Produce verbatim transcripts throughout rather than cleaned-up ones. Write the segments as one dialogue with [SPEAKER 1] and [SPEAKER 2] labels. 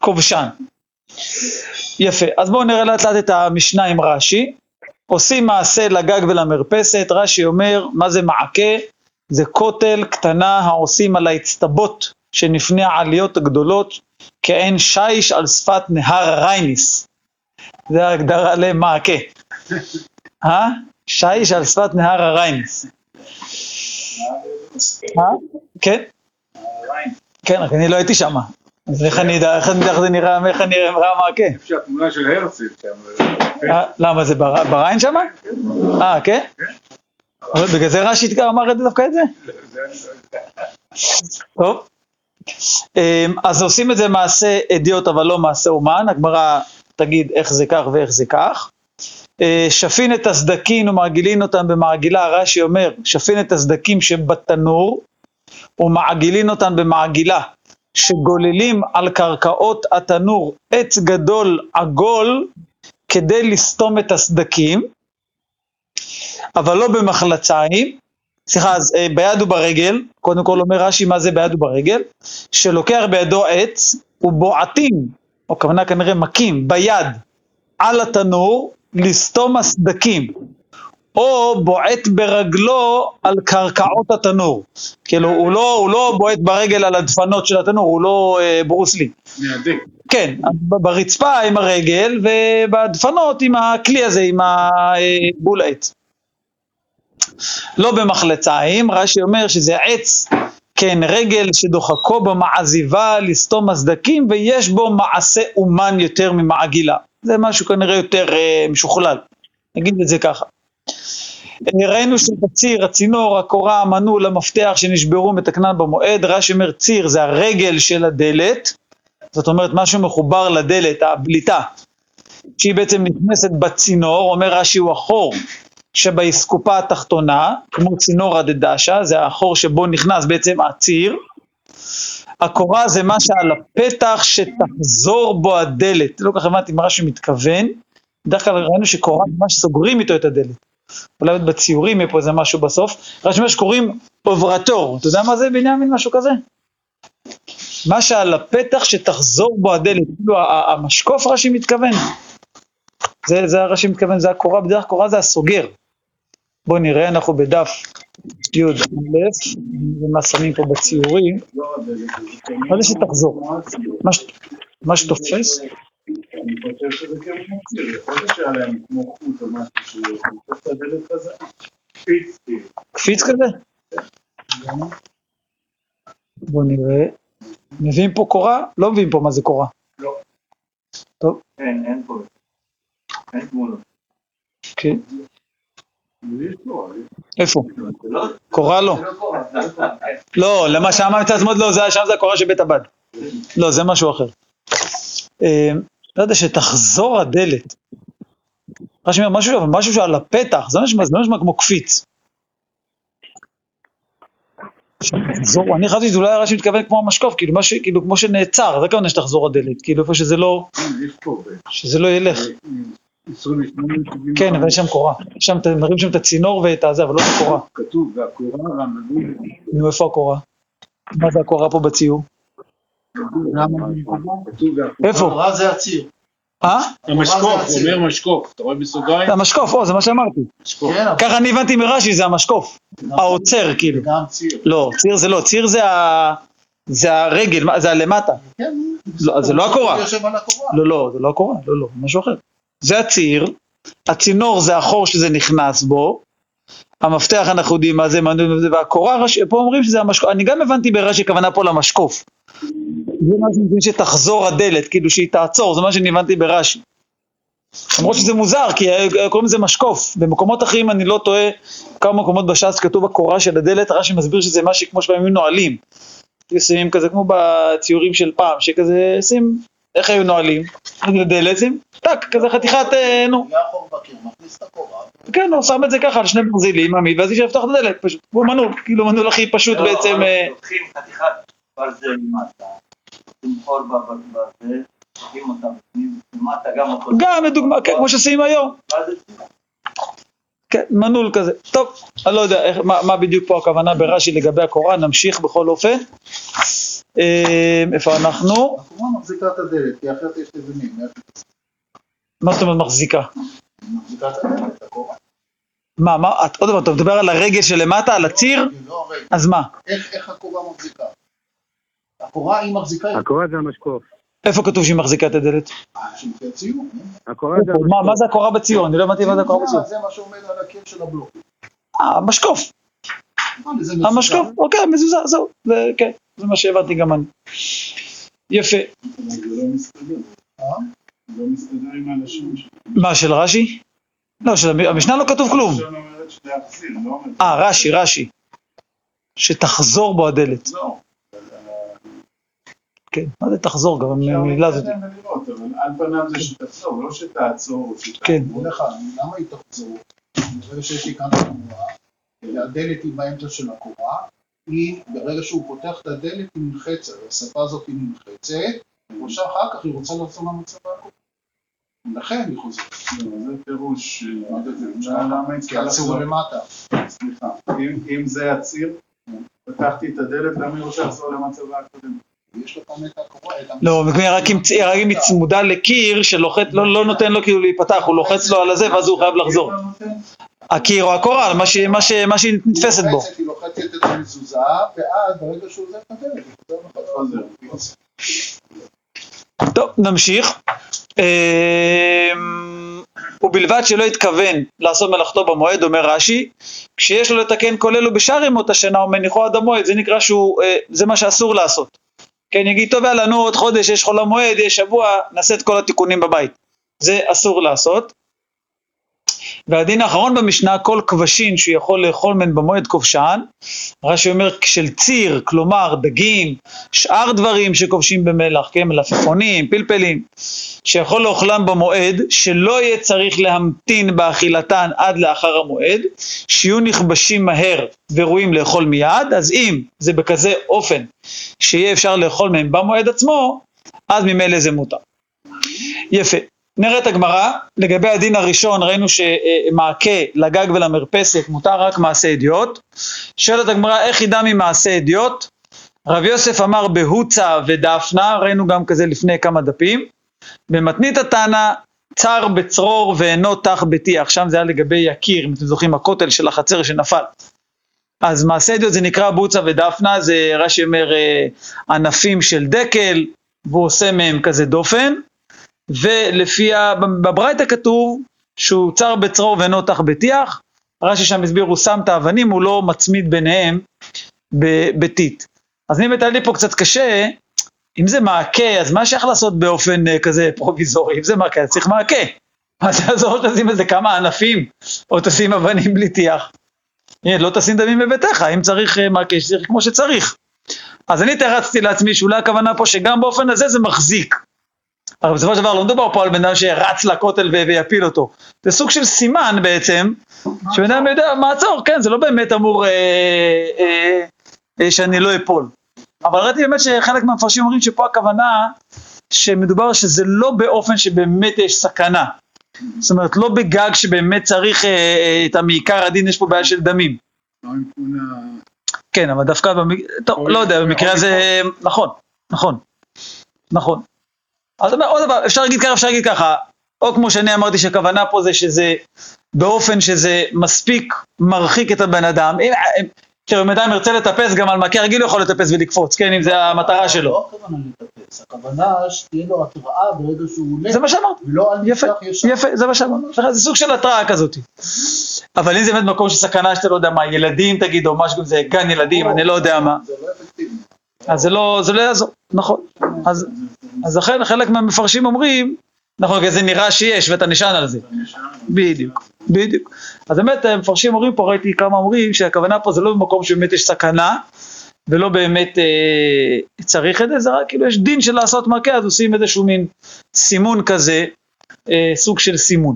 [SPEAKER 1] כובשן. יפה, אז בואו נראה לאט לאט את המשנה עם רש"י. עושים מעשה לגג ולמרפסת, רש"י אומר, מה זה מעקה? זה כותל קטנה העושים על ההצטבות שנפני העליות הגדולות, כאין שיש על שפת נהר הרייניס. זה ההגדרה למעקה. אה? שיש על שפת נהר הרייניס. אה? כן? כן, רק אני לא הייתי שם. אז איך אני יודע, איך אני יודע איך זה נראה, איך אני נראה מעקה?
[SPEAKER 2] אפשר תמונה של הרצל שם.
[SPEAKER 1] למה, זה בריין שם? אה, כן? בגלל זה רש"י אמר את זה דווקא את זה? טוב. אז עושים את זה מעשה אדיוט אבל לא מעשה אומן, הגמרא תגיד איך זה כך ואיך זה כך. שפין את הסדקים ומעגילין אותם במעגילה, רש"י אומר, שפין את הסדקים שבתנור ומעגילין אותם במעגילה, שגוללים על קרקעות התנור עץ גדול עגול כדי לסתום את הסדקים, אבל לא במחלציים. סליחה, אז ביד וברגל, קודם כל אומר רש"י מה זה ביד וברגל, שלוקח בידו עץ ובועטים, או כוונה כנראה מקים, ביד על התנור לסתום הסדקים, או בועט ברגלו על קרקעות התנור. כאילו הוא לא, הוא לא בועט ברגל על הדפנות של התנור, הוא לא אה, ברוסלי.
[SPEAKER 2] נעדי.
[SPEAKER 1] כן, ברצפה עם הרגל ובדפנות עם הכלי הזה, עם הבול עץ. לא במחלציים, רש"י אומר שזה עץ, כן, רגל שדוחקו במעזיבה לסתום הסדקים, ויש בו מעשה אומן יותר ממעגילה. זה משהו כנראה יותר אה, משוכלל, נגיד את זה ככה. ראינו שבציר, הצינור, הקורה, המנעול, המפתח שנשברו מתקנן במועד, רש"י אומר ציר זה הרגל של הדלת, זאת אומרת משהו מחובר לדלת, הבליטה, שהיא בעצם נכנסת בצינור, אומר רש"י הוא החור שבאסקופה התחתונה, כמו צינור הדדשה, זה החור שבו נכנס בעצם הציר. הקורה זה מה שעל הפתח שתחזור בו הדלת, לא כך הבנתי מה רש"י מתכוון, בדרך כלל ראינו שקורה מה שסוגרים איתו את הדלת, אולי בציורים יהיה פה איזה משהו בסוף, רש"י אומר שקוראים אוברטור, אתה יודע מה זה בנימין משהו כזה? מה שעל הפתח שתחזור בו הדלת, כאילו המשקוף רש"י מתכוון, זה, זה רש"י מתכוון, זה הקורה, בדרך קורה זה הסוגר. בואו נראה, אנחנו בדף י' א', ומה שמים פה בציורים, מה זה שתחזור? מה שתופס?
[SPEAKER 2] אני חושב שזה כמו ציר, יכול להיות שעליהם כמו חוט או משהו שתופס את הדלת כזה, קפיץ כאילו.
[SPEAKER 1] קפיץ כזה? בואו נראה, מביאים פה קורה? לא מביאים פה מה זה קורה.
[SPEAKER 2] לא.
[SPEAKER 1] טוב.
[SPEAKER 2] אין, אין פה. אין תמונות.
[SPEAKER 1] כן. איפה? קורה לא. לא, למה שמה מצד שמאל לא, שם זה הקורה של בית הבד. לא, זה משהו אחר. לא יודע שתחזור הדלת. משהו, משהו שעל הפתח, זה נשמע כמו קפיץ. שתחזור, אני חשבתי שזה אולי רש"י מתכוון כמו המשקוף, כאילו, משהו, כאילו כמו שנעצר, זה כמובן שתחזור הדלת, כאילו איפה שזה לא, שזה לא ילך. כן, אבל יש שם קורה, שם מראים שם את הצינור ואת הזה, אבל לא את הקורה.
[SPEAKER 2] כתוב, והקורה רמדו.
[SPEAKER 1] נו, איפה הקורה? מה זה הקורה פה בציור? איפה?
[SPEAKER 3] הקורה זה הציר.
[SPEAKER 1] אה?
[SPEAKER 2] המשקוף, הוא אומר משקוף, אתה רואה בסוגריים?
[SPEAKER 1] זה המשקוף, או, זה מה שאמרתי. ככה אני הבנתי מרש"י, זה המשקוף. העוצר, כאילו.
[SPEAKER 3] גם ציר.
[SPEAKER 1] לא, ציר זה לא, ציר זה הרגל, זה הלמטה. זה לא הקורה. לא, לא, זה לא הקורה, לא, לא, משהו אחר. זה הציר, הצינור זה החור שזה נכנס בו, המפתח אנחנו יודעים מה זה, והקורה, פה אומרים שזה המשקוף, אני גם הבנתי ברש"י כוונה פה למשקוף. זה מה שאני מבין שתחזור הדלת, כאילו שהיא תעצור, זה מה שאני הבנתי ברש"י. למרות שזה מוזר, כי קוראים לזה משקוף. במקומות אחרים אני לא טועה, כמה מקומות בש"ס כתוב הקורה של הדלת, רש"י מסביר שזה משהו כמו שפעמים נועלים. שמים כזה כמו בציורים של פעם, שכזה שים, איך היו נועלים? לדלת, שים, טק, כזה חתיכת, נו.
[SPEAKER 3] היה חור בקיר, מכניס את הקורה.
[SPEAKER 1] כן, הוא שם את זה ככה על שני ברזילים, עמיד, ואז אי אפתח את הדלת, פשוט. הוא מנעול, כאילו מנעול הכי פשוט בעצם.
[SPEAKER 4] לוקחים חתיכת ברזל למטה, חור בזה, לוקחים אותם למטה גם אותו.
[SPEAKER 1] גם לדוגמה, כן, כמו שעושים היום. כן, מנעול כזה. טוב, אני לא יודע מה בדיוק פה הכוונה ברש"י לגבי הקורה, נמשיך בכל אופן. אה, איפה אנחנו?
[SPEAKER 3] הקורה מחזיקה את הדלת, כי אחרת יש לבנים.
[SPEAKER 1] מה זאת אומרת מחזיקה?
[SPEAKER 3] מחזיקה את הדלת, הקורה.
[SPEAKER 1] מה, מה, את, עוד דבר, אתה מדבר על הרגל שלמטה, על הציר?
[SPEAKER 3] לא הרגל.
[SPEAKER 1] אז מה?
[SPEAKER 3] איך, איך הקורה מחזיקה? הקורה היא מחזיקה...
[SPEAKER 5] הקורה זה המשקוף.
[SPEAKER 1] איפה כתוב שהיא מחזיקה את הדלת?
[SPEAKER 3] אה, שמתי הציור.
[SPEAKER 5] הקורה זה
[SPEAKER 1] מה,
[SPEAKER 5] המשקוף.
[SPEAKER 1] מה זה הקורה בציור? אני לא הבנתי מה זה הקורה בציור.
[SPEAKER 3] זה מה שעומד על הקיר של הבלוק.
[SPEAKER 1] אה, המשקוף.
[SPEAKER 3] זה מזוזה.
[SPEAKER 1] המשקוף, אוקיי, מזוזה, זהו. זה, כן, זה מה שהבנתי גם אני. יפה.
[SPEAKER 2] זה לא מסתדר.
[SPEAKER 3] אה?
[SPEAKER 2] זה לא מסתדר עם האנשים שלנו.
[SPEAKER 1] מה, של רש"י? לא, של המשנה לא כתוב כלום.
[SPEAKER 2] עכשיו אומרת שלהחזיר, לא אומרת.
[SPEAKER 1] אה, רש"י, רש"י. שתחזור בו הדלת.
[SPEAKER 2] לא.
[SPEAKER 1] כן, מה זה תחזור גם, המילה הזאת.
[SPEAKER 2] אפשר להתקדם ולראות, אבל על פניו זה שתחזור, לא שתעצור או שתעצור.
[SPEAKER 1] כן.
[SPEAKER 3] אומר לך, למה היא תחזור? ברגע שיש לי כאן את הקורה, הדלת היא באמצע של הקורה, היא, ברגע שהוא פותח את הדלת היא נלחצת, השפה הזאת היא נלחצת, ועכשיו אחר כך היא רוצה לחזור למצב הקורה. לכן היא חוזרת.
[SPEAKER 2] זה פירוש,
[SPEAKER 3] מה זה פירוש?
[SPEAKER 2] למה היא
[SPEAKER 3] כי
[SPEAKER 2] צריכה
[SPEAKER 3] הציר
[SPEAKER 2] לחזור?
[SPEAKER 3] הוא למטה.
[SPEAKER 2] סליחה, אם- אם זה הציר, פתחתי את הדלת, למה היא רוצה לחזור למצבה הקודם?
[SPEAKER 3] יש לו כאן את הקורה, את
[SPEAKER 1] לא, רק אם צ- רק אם היא צמודה לקיר שלוחץ, לא לא נותן לו כאילו להיפתח, הוא לוחץ לו על הזה ואז הוא חייב לחזור.
[SPEAKER 2] אם אתה נותן,
[SPEAKER 1] הקיר או הקורה, מה שהיא- מה שהיא- מה שהיא נתפסת בו.
[SPEAKER 3] היא לוחצת את המזוזה, ואז ברגע שהוא עוזב את הדלת, היא חוזר
[SPEAKER 2] חוזר.
[SPEAKER 1] טוב, נמשיך. אמ, ובלבד שלא התכוון לעשות מלאכתו במועד, אומר רש"י, כשיש לו לתקן כולל ובשאר ימות השנה ומניחו עד המועד, זה נקרא שהוא, אה, זה מה שאסור לעשות. כן, יגיד, טוב, יאללה, נו, עוד חודש, יש חול המועד, יש שבוע, נעשה את כל התיקונים בבית. זה אסור לעשות. והדין האחרון במשנה, כל כבשין שהוא יכול לאכול מן במועד כובשן, רש"י אומר של ציר, כלומר דגים, שאר דברים שכובשים במלח, כן, מלפפונים, פלפלים, שיכול לאוכלם במועד, שלא יהיה צריך להמתין באכילתן עד לאחר המועד, שיהיו נכבשים מהר וראויים לאכול מיד, אז אם זה בכזה אופן שיהיה אפשר לאכול מהם במועד עצמו, אז ממילא זה מותר. יפה. נראה את הגמרא, לגבי הדין הראשון ראינו שמעקה לגג ולמרפסת מותר רק מעשה אדיוט. שואלת הגמרא, איך ידע ממעשה אדיוט? רב יוסף אמר בהוצה ודפנה, ראינו גם כזה לפני כמה דפים. במתנית התנא, צר בצרור ואינו תח בטיח, שם זה היה לגבי יקיר, אם אתם זוכרים הכותל של החצר שנפל. אז מעשה אדיוט זה נקרא בהוצה ודפנה, זה רש"י אומר ענפים של דקל, והוא עושה מהם כזה דופן. ולפי בברייתא כתוב שהוא צר בצרור ואינו תח בטיח, רש"י שם הסביר, הוא שם את האבנים, הוא לא מצמיד ביניהם בטיט. אז אני באמת היה לי פה קצת קשה, אם זה מעקה, אז מה שייך לעשות באופן כזה פרוביזורי? אם זה מעקה, אז צריך מעקה. אז תעזור שתשים איזה כמה ענפים, או תשים אבנים בלי טיח. לא תשים דמים בביתך, אם צריך מעקה, שצריך כמו שצריך. אז אני תרצתי לעצמי שאולי הכוונה פה שגם באופן הזה זה מחזיק. אבל בסופו של דבר לא מדובר פה על בן אדם שרץ לכותל ויפיל אותו. זה סוג של סימן בעצם, שבן אדם יודע מעצור, כן, זה לא באמת אמור אה, אה, אה, שאני לא אפול. אבל ראיתי באמת שחלק מהמפרשים אומרים שפה הכוונה שמדובר שזה לא באופן שבאמת יש סכנה. זאת אומרת, לא בגג שבאמת צריך אה, את המעיקר הדין, יש פה בעיה של דמים. כן, אבל דווקא, במק... טוב, לא יודע, במקרה הזה, נכון, נכון, נכון. אז עוד דבר, אפשר להגיד ככה, אפשר להגיד ככה, או כמו שאני אמרתי שהכוונה פה זה שזה באופן שזה מספיק מרחיק את הבן אדם, אם אדם ירצה לטפס גם על מעקה רגיל הוא יכול לטפס ולקפוץ, כן, אם זה המטרה שלו.
[SPEAKER 3] לא הכוונה לטפס, הכוונה שתהיה לו התראה ברגע שהוא עולה.
[SPEAKER 1] זה מה שאמרת.
[SPEAKER 3] ולא על
[SPEAKER 1] יפה,
[SPEAKER 3] מצח ישר.
[SPEAKER 1] יפה, זה מה שאמרת. זה סוג של התראה כזאת. אבל אם זה באמת מקום של סכנה שאתה לא יודע מה, ילדים תגיד, או משהו, זה גן ילדים, אני לא יודע מה.
[SPEAKER 3] זה לא אפקטיבי.
[SPEAKER 1] אז זה לא, זה לא יעזור, נכון. אז, אז לכן חלק מהמפרשים אומרים, נכון, כי זה נראה שיש ואתה נשען על זה. בדיוק, בדיוק. אז באמת המפרשים אומרים פה, ראיתי כמה אומרים שהכוונה פה זה לא במקום שבאמת יש סכנה, ולא באמת אה, צריך את זה, זה רק כאילו יש דין של לעשות מעקה, אז עושים איזשהו מין סימון כזה, אה, סוג של סימון.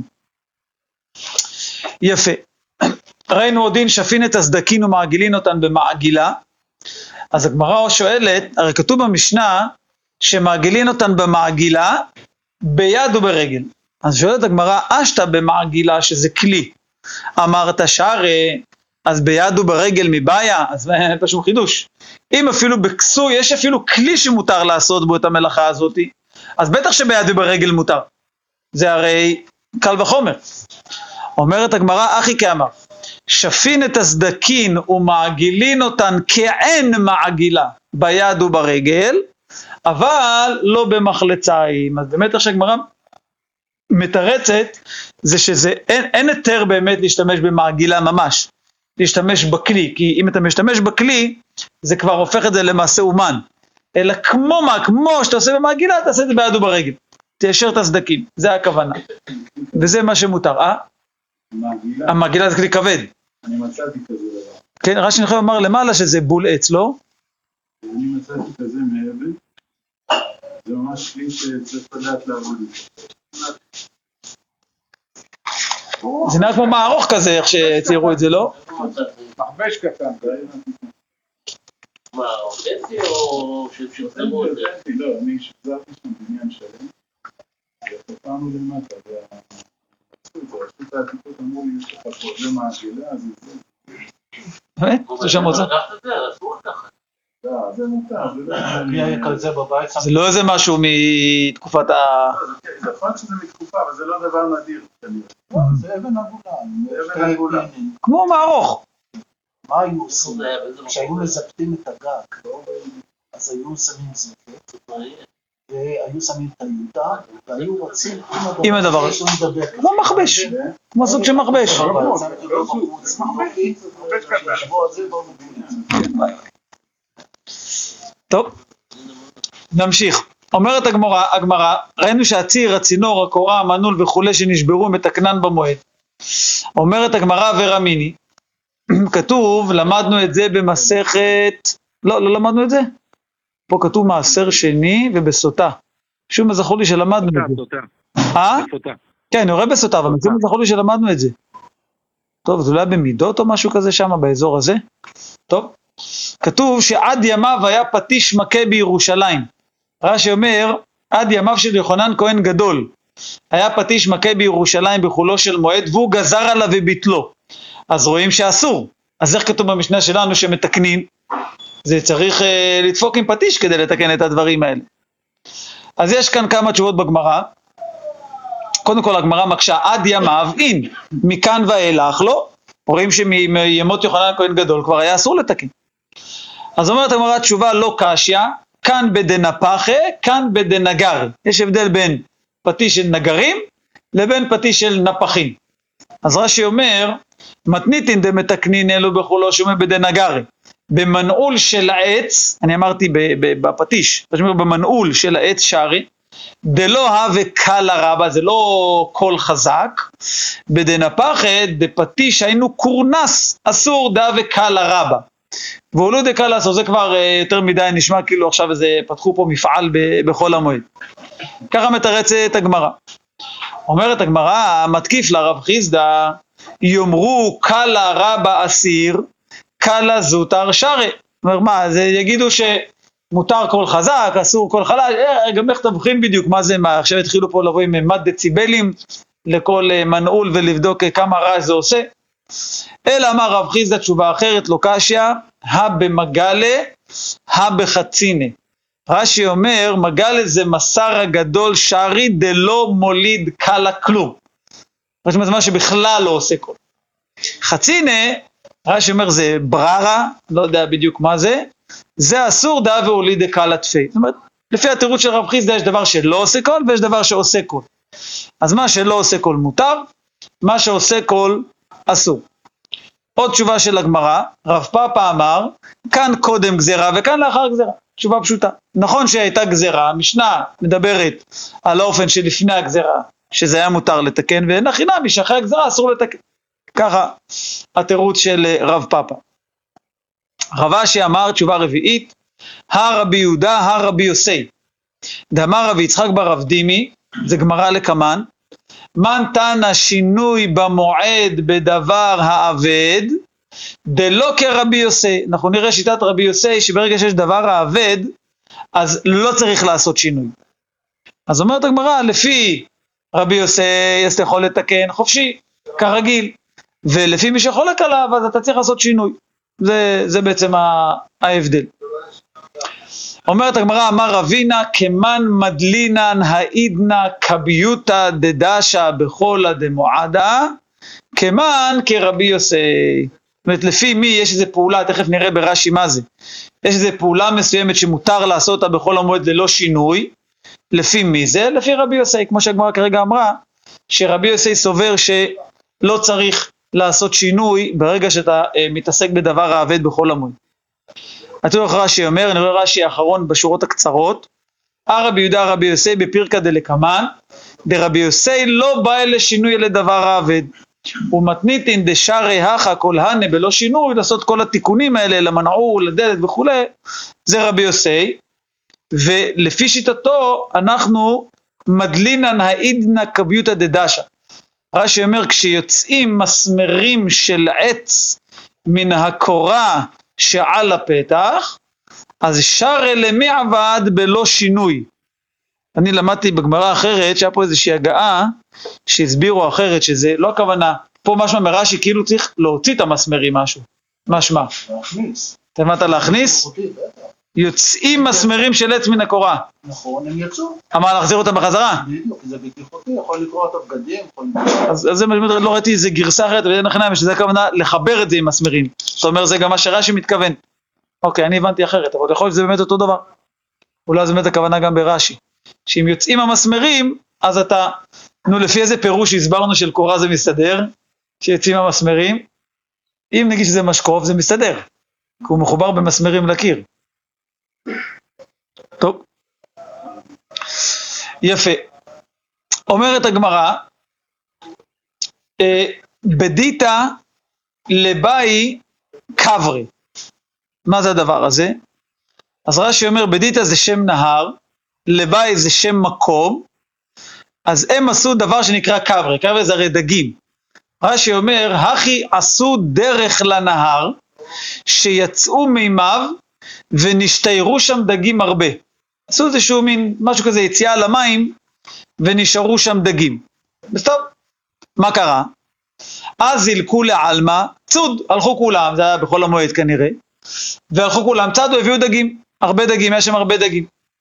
[SPEAKER 1] יפה. ראינו עוד דין שפין את הסדקין ומעגילין אותן במעגילה, אז הגמרא שואלת, הרי כתוב במשנה שמעגילין אותן במעגילה ביד וברגל. אז שואלת הגמרא, אשתה במעגילה שזה כלי. אמרת שהרי אז ביד וברגל מבעיה, אז אין פה שום חידוש. אם אפילו בכסוי, יש אפילו כלי שמותר לעשות בו את המלאכה הזאת, אז בטח שביד וברגל מותר. זה הרי קל וחומר. אומרת הגמרא, אחי כאמר, שפין את הסדקין ומעגילין אותן כעין מעגילה ביד וברגל, אבל לא במחלציים. אז באמת איך שהגמרא מתרצת, זה שזה, אין, אין יותר באמת להשתמש במעגילה ממש, להשתמש בכלי, כי אם אתה משתמש בכלי, זה כבר הופך את זה למעשה אומן, אלא כמו מה, כמו שאתה עושה במעגילה, תעשה את זה ביד וברגל, תיישר את הסדקים, זה הכוונה, וזה מה שמותר, אה?
[SPEAKER 2] מעגילה.
[SPEAKER 1] המעגילה זה כלי כבד.
[SPEAKER 2] אני מצאתי כזה דבר.
[SPEAKER 1] כן, רש"י נחמד אמר למעלה שזה בול עץ, לא?
[SPEAKER 2] אני מצאתי כזה מאבן, זה ממש כלי שצריך לדעת לעבוד איתו.
[SPEAKER 1] זה נראה כמו מערוך כזה, איך שציירו את זה, לא?
[SPEAKER 2] מחבש קטן.
[SPEAKER 5] מה, אותנטי או שפרסמו את זה?
[SPEAKER 2] לא, אני שחזרתי שם בניין שלם, ופתרנו למטה, ועשו את העתיקות, אמרו לי, יש לך פה, זה מעגילה, אז זה זה.
[SPEAKER 1] באמת? זה שם רוצה?
[SPEAKER 5] לקחת את זה, אסור לקחת.
[SPEAKER 2] לא, זה מותר, זה לא...
[SPEAKER 3] מי היה כזה בבית?
[SPEAKER 1] זה לא איזה משהו מתקופת ה...
[SPEAKER 2] זה נכון שזה מתקופה, אבל זה לא דבר נדיר.
[SPEAKER 3] זה אבן עגולה.
[SPEAKER 2] זה אבן עגולה.
[SPEAKER 1] כמו מערוך.
[SPEAKER 3] מה היו עושים? כשהיו מזפתים את הגג, אז היו שמים זפת, והיו שמים את היהודה, והיו רצים
[SPEAKER 1] עם הדבר הזה. כמו מכבש, כמו סוג של מכבש. טוב, נמשיך. אומרת הגמרא, הגמרא, ראינו שהציר, הצינור, הקורה, המנעול וכולי שנשברו מתקנן במועד. אומרת הגמרא ורמיני, כתוב, למדנו את זה במסכת, לא, לא למדנו את זה? פה כתוב מעשר שני ובסוטה. שום זכור לי שלמדנו את זה. אה? כן, אני רואה בסוטה, אבל שום זכור לי שלמדנו את זה. טוב, זה אולי במידות או משהו כזה שם, באזור הזה? טוב. כתוב שעד ימיו היה פטיש מכה בירושלים. רש"י אומר, עד ימיו של יוחנן כהן גדול, היה פטיש מכה בירושלים בחולו של מועד, והוא גזר עליו וביטלו. אז רואים שאסור. אז איך כתוב במשנה שלנו שמתקנים? זה צריך uh, לדפוק עם פטיש כדי לתקן את הדברים האלה. אז יש כאן כמה תשובות בגמרא. קודם כל הגמרא מקשה עד ימיו, אין, מכאן ואילך לא. רואים שמימות יוחנן כהן גדול כבר היה אסור לתקן. אז אומרת הגמרא תשובה לא קשיא, כאן בדנפחה, כאן בדנגר. יש הבדל בין פטיש של נגרים לבין פטיש של נפחים. אז רש"י אומר, מתניתין דמתקנין אלו בחולו שומע בדנגרי. במנעול של העץ, אני אמרתי בפטיש, במנעול של העץ שערי, דלא הווה קל הרבה, זה לא קול חזק, בדנפחת, בפטיש היינו קורנס, אסור דהווה קל הרבה. ואולו דקל אסור, זה כבר יותר מדי נשמע כאילו עכשיו איזה, פתחו פה מפעל בכל המועד. ככה מתרצת הגמרא. אומרת הגמרא, מתקיף לרב חיסדא, יאמרו קלה רבה אסיר, קלה זוטר שרי. אומר מה, זה יגידו שמותר קול חזק, אסור קול חלש, גם איך תבחין בדיוק מה זה, מה, עכשיו התחילו פה לבוא עם מד דציבלים לכל מנעול ולבדוק כמה רעש זה עושה. אלא אמר רב חיסדא תשובה אחרת, לא קשיא, הבמגלה, הבחצינה. רש"י אומר, מגלה זה מסר הגדול שערי דלא מוליד קלה כלום. רש"י אומר, זה מה שבכלל לא עושה קול. חצינה, רש"י אומר, זה בררה, לא יודע בדיוק מה זה, זה אסור דה והוליד קלה תפי. זאת אומרת, לפי התירוץ של רב חיסדא יש דבר שלא עושה קול, ויש דבר שעושה קול. אז מה שלא עושה קול מותר, מה שעושה קול אסור. עוד תשובה של הגמרא, רב פאפא אמר, כאן קודם גזרה וכאן לאחר גזרה. תשובה פשוטה. נכון שהייתה גזרה, המשנה מדברת על האופן שלפני הגזרה, שזה היה מותר לתקן, ואין הכי נמי שאחרי הגזרה אסור לתקן. ככה התירוץ של רב פאפא. רב אשי אמר תשובה רביעית, הרבי יהודה, הרבי יוסי. דאמר רבי יצחק ברב דימי, זה גמרא לקמן, מן תנא שינוי במועד בדבר העבד, דלא כרבי יוסי. אנחנו נראה שיטת רבי יוסי, שברגע שיש דבר העבד, אז לא צריך לעשות שינוי. אז אומרת הגמרא, לפי רבי יוסי, אז אתה יכול לתקן חופשי, כרגיל. ולפי מי שחולק עליו, אז אתה צריך לעשות שינוי. זה, זה בעצם ההבדל. אומרת הגמרא, אמר רבינה, כמן מדלינן העידנה קביוטה דדשה בחולה דמועדה, כמן כרבי יוסי. זאת אומרת, לפי מי יש איזו פעולה, תכף נראה ברש"י מה זה. יש איזו פעולה מסוימת שמותר לעשות אותה בכל המועד ללא שינוי. לפי מי זה? לפי רבי יוסי, כמו שהגמרא כרגע אמרה, שרבי יוסי סובר שלא צריך לעשות שינוי ברגע שאתה אה, מתעסק בדבר העבד בכל המועד. התיאור איך רש"י אומר, אני רואה רש"י האחרון בשורות הקצרות, הרבי יהודה רבי יוסי בפירקא דלקמן, דרבי יוסי לא בא אלה שינוי לדבר העבד, ומתניתין דשרי הכה כל הנה בלא שינוי, לעשות כל התיקונים האלה, למנעור, לדלת וכו', זה רבי יוסי, ולפי שיטתו אנחנו מדלינן העידנא קביוטה דדשה. רש"י אומר, כשיוצאים מסמרים של עץ מן הקורה שעל הפתח, אז שרי למי עבד בלא שינוי. אני למדתי בגמרא אחרת, שהיה פה איזושהי הגעה, שהסבירו אחרת, שזה לא הכוונה, פה משמע מרש"י, כאילו צריך להוציא את המסמרים משהו. משמע.
[SPEAKER 3] להכניס.
[SPEAKER 1] תמדת להכניס?
[SPEAKER 3] אותי, בטח.
[SPEAKER 1] יוצאים מסמרים של עץ מן הקורה.
[SPEAKER 3] נכון, הם יצאו.
[SPEAKER 1] אמר להחזיר אותם בחזרה?
[SPEAKER 3] בדיוק, זה בטיחותי, יכול לקרוא את הבגדים, יכול...
[SPEAKER 1] אז, אז זה לא ראיתי איזה גרסה אחרת, אבל אין הכניים, שזה הכוונה לחבר את זה עם מסמרים. זאת אומרת, זה גם מה שרש"י מתכוון. אוקיי, אני הבנתי אחרת, אבל יכול להיות שזה באמת אותו דבר. אולי זה באמת הכוונה גם ברש"י. שאם יוצאים המסמרים, אז אתה, נו, לפי איזה פירוש הסברנו של קורה זה מסתדר, שיוצאים המסמרים, אם נגיד שזה משקוף, זה מסתדר, כי הוא מחובר במסמרים לקיר. טוב. יפה. אומרת הגמרא, אה, בדיתא לבאי קברי. מה זה הדבר הזה? אז רש"י אומר, בדיתא זה שם נהר, לבאי זה שם מקום, אז הם עשו דבר שנקרא קברי, קברי זה הרי דגים. רש"י אומר, הכי עשו דרך לנהר, שיצאו מימיו, ונשתיירו שם דגים הרבה. עשו איזשהו מין, משהו כזה, יציאה למים, ונשארו שם דגים. בסטוב, מה קרה? אז זילקו לעלמה, צוד, הלכו כולם, זה היה בכל המועד כנראה, והלכו כולם, צדו, הביאו דגים, הרבה דגים, יש שם הרבה דגים.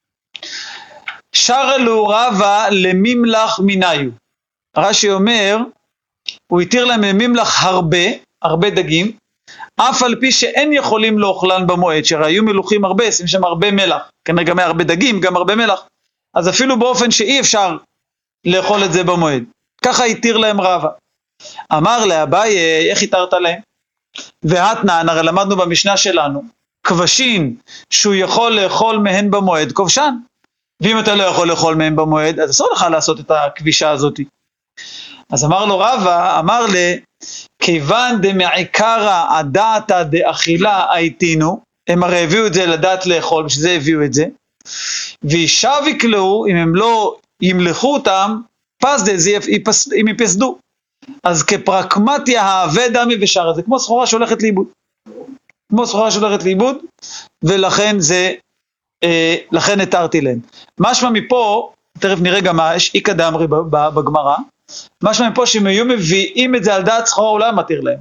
[SPEAKER 1] שרלו רבה למימלח מיניו. רש"י אומר, הוא התיר להם למימלח הרבה, הרבה דגים, אף על פי שאין יכולים לאוכלן במועד, שהיו מלוכים הרבה, שים שם הרבה מלח, כנראה גם היה הרבה דגים, גם הרבה מלח, אז אפילו באופן שאי אפשר לאכול את זה במועד. ככה התיר להם רבה. אמר לאביי, איך התרת להם? והתנן, הרי למדנו במשנה שלנו, כבשין שהוא יכול לאכול מהן במועד, כובשן. ואם אתה לא יכול לאכול מהן במועד, אז אסור לך לעשות את הכבישה הזאת. אז אמר לו רבה, אמר לי, כיוון דמעיקרא הדעתא דאכילה הייתינו, הם הרי הביאו את זה לדעת לאכול, בשביל זה הביאו את זה, וישב יקלעו, אם הם לא ימלכו אותם, פסדה, אם יפסדו. אז כפרקמטיה העבד עמי ושרה, זה כמו סחורה שהולכת לאיבוד. כמו סחורה שהולכת לאיבוד, ולכן זה, אה, לכן התרתי להם. משמע מפה, תכף נראה גם מה, יש איקא דאמרי בגמרא, משמע מפה שהם היו מביאים את זה על דעת סחורה, אולי מתיר להם.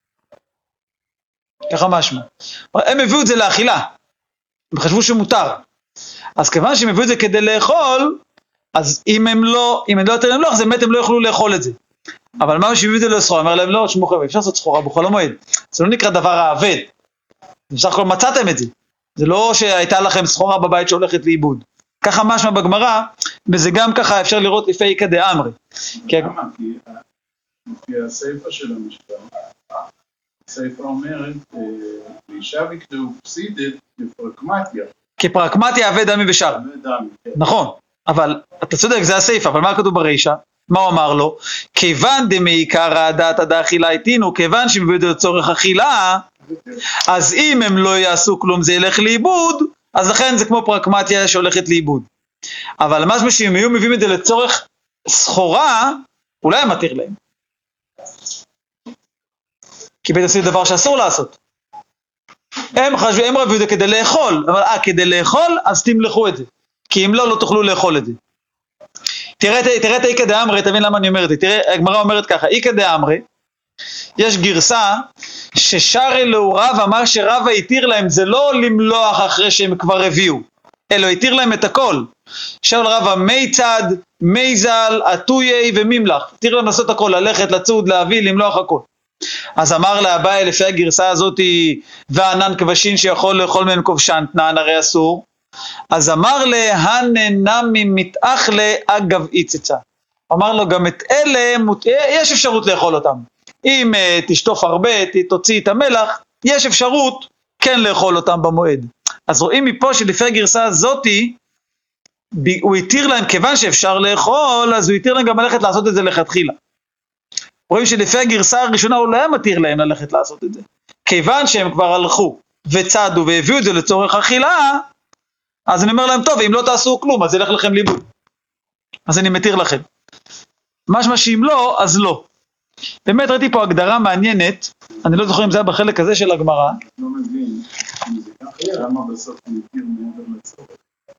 [SPEAKER 1] ככה משמע. הם הביאו את זה לאכילה, הם חשבו שמותר. אז כיוון שהם הביאו את זה כדי לאכול, אז אם הם לא, אם הם לא יותר להם לא, אז באמת הם לא יוכלו לאכול את זה. אבל מה שהביאו את זה לסחורה, אומר להם לא, שמוכר, אפשר לעשות סחורה בכל המועד. זה לא נקרא דבר העבד. בסך הכל מצאתם את זה. זה לא שהייתה לכם סחורה בבית שהולכת לאיבוד. ככה משמע בגמרא, וזה גם ככה אפשר לראות לפי איקא דאמרי.
[SPEAKER 2] למה? כי הסייפה של המשפט, הסייפה אומרת, וישב יקראו פסידת כפרקמטיה.
[SPEAKER 1] כפרקמטיה עבד עמי ושרה. נכון, אבל אתה צודק, זה הסייפה, אבל מה כתוב ברישא? מה הוא אמר לו? כיוון דמעיקרא דעתא דאכילה הייתינו, כיוון שהם הביאו את זה לצורך אכילה, אז אם הם לא יעשו כלום זה ילך לאיבוד, אז לכן זה כמו פרקמטיה שהולכת לאיבוד. אבל משהו שהם היו מביאים את זה לצורך סחורה, אולי הם מתיר להם. כי בית עשו דבר שאסור לעשות. הם חשבו, הם רבו את זה כדי לאכול, אבל אה, כדי לאכול, אז תמלכו את זה. כי אם לא, לא תוכלו לאכול את זה. תראה, תראה את איקא דאמרי, תבין למה אני אומר את זה. תראה, הגמרא אומרת ככה, איקא דאמרי, יש גרסה ששר אלוהו רב אמר שרב היתיר להם, זה לא למלוח אחרי שהם כבר הביאו, אלא היתיר להם את הכל. שאול רב המיצד, מייזל, עטויי וממלח, היתיר להם לעשות הכל, ללכת, לצוד, להביא, למלוח הכל. אז אמר לאביי לפי הגרסה הזאת, וענן כבשין שיכול לאכול מן כובשן, תנען הרי אסור. אז אמר להננמי מתאח לאגב איצצה. אמר לו גם את אלה, יש אפשרות לאכול אותם. אם uh, תשטוף הרבה, תוציא את המלח, יש אפשרות כן לאכול אותם במועד. אז רואים מפה שלפי הגרסה הזאת, הוא התיר להם, כיוון שאפשר לאכול, אז הוא התיר להם גם ללכת לעשות את זה לכתחילה. רואים שלפי הגרסה הראשונה הוא לא היה מתיר להם ללכת לעשות את זה. כיוון שהם כבר הלכו וצדו והביאו את זה לצורך אכילה, אז אני אומר להם, טוב, אם לא תעשו כלום, אז ילך לכם ליבוד. אז אני מתיר לכם. משמע שאם לא, אז לא. באמת ראיתי פה הגדרה מעניינת, אני לא זוכר אם זה היה בחלק הזה של הגמרא.
[SPEAKER 2] לא מבין, אם זה ככה, למה בסוף הוא התיר מעבר לצורך?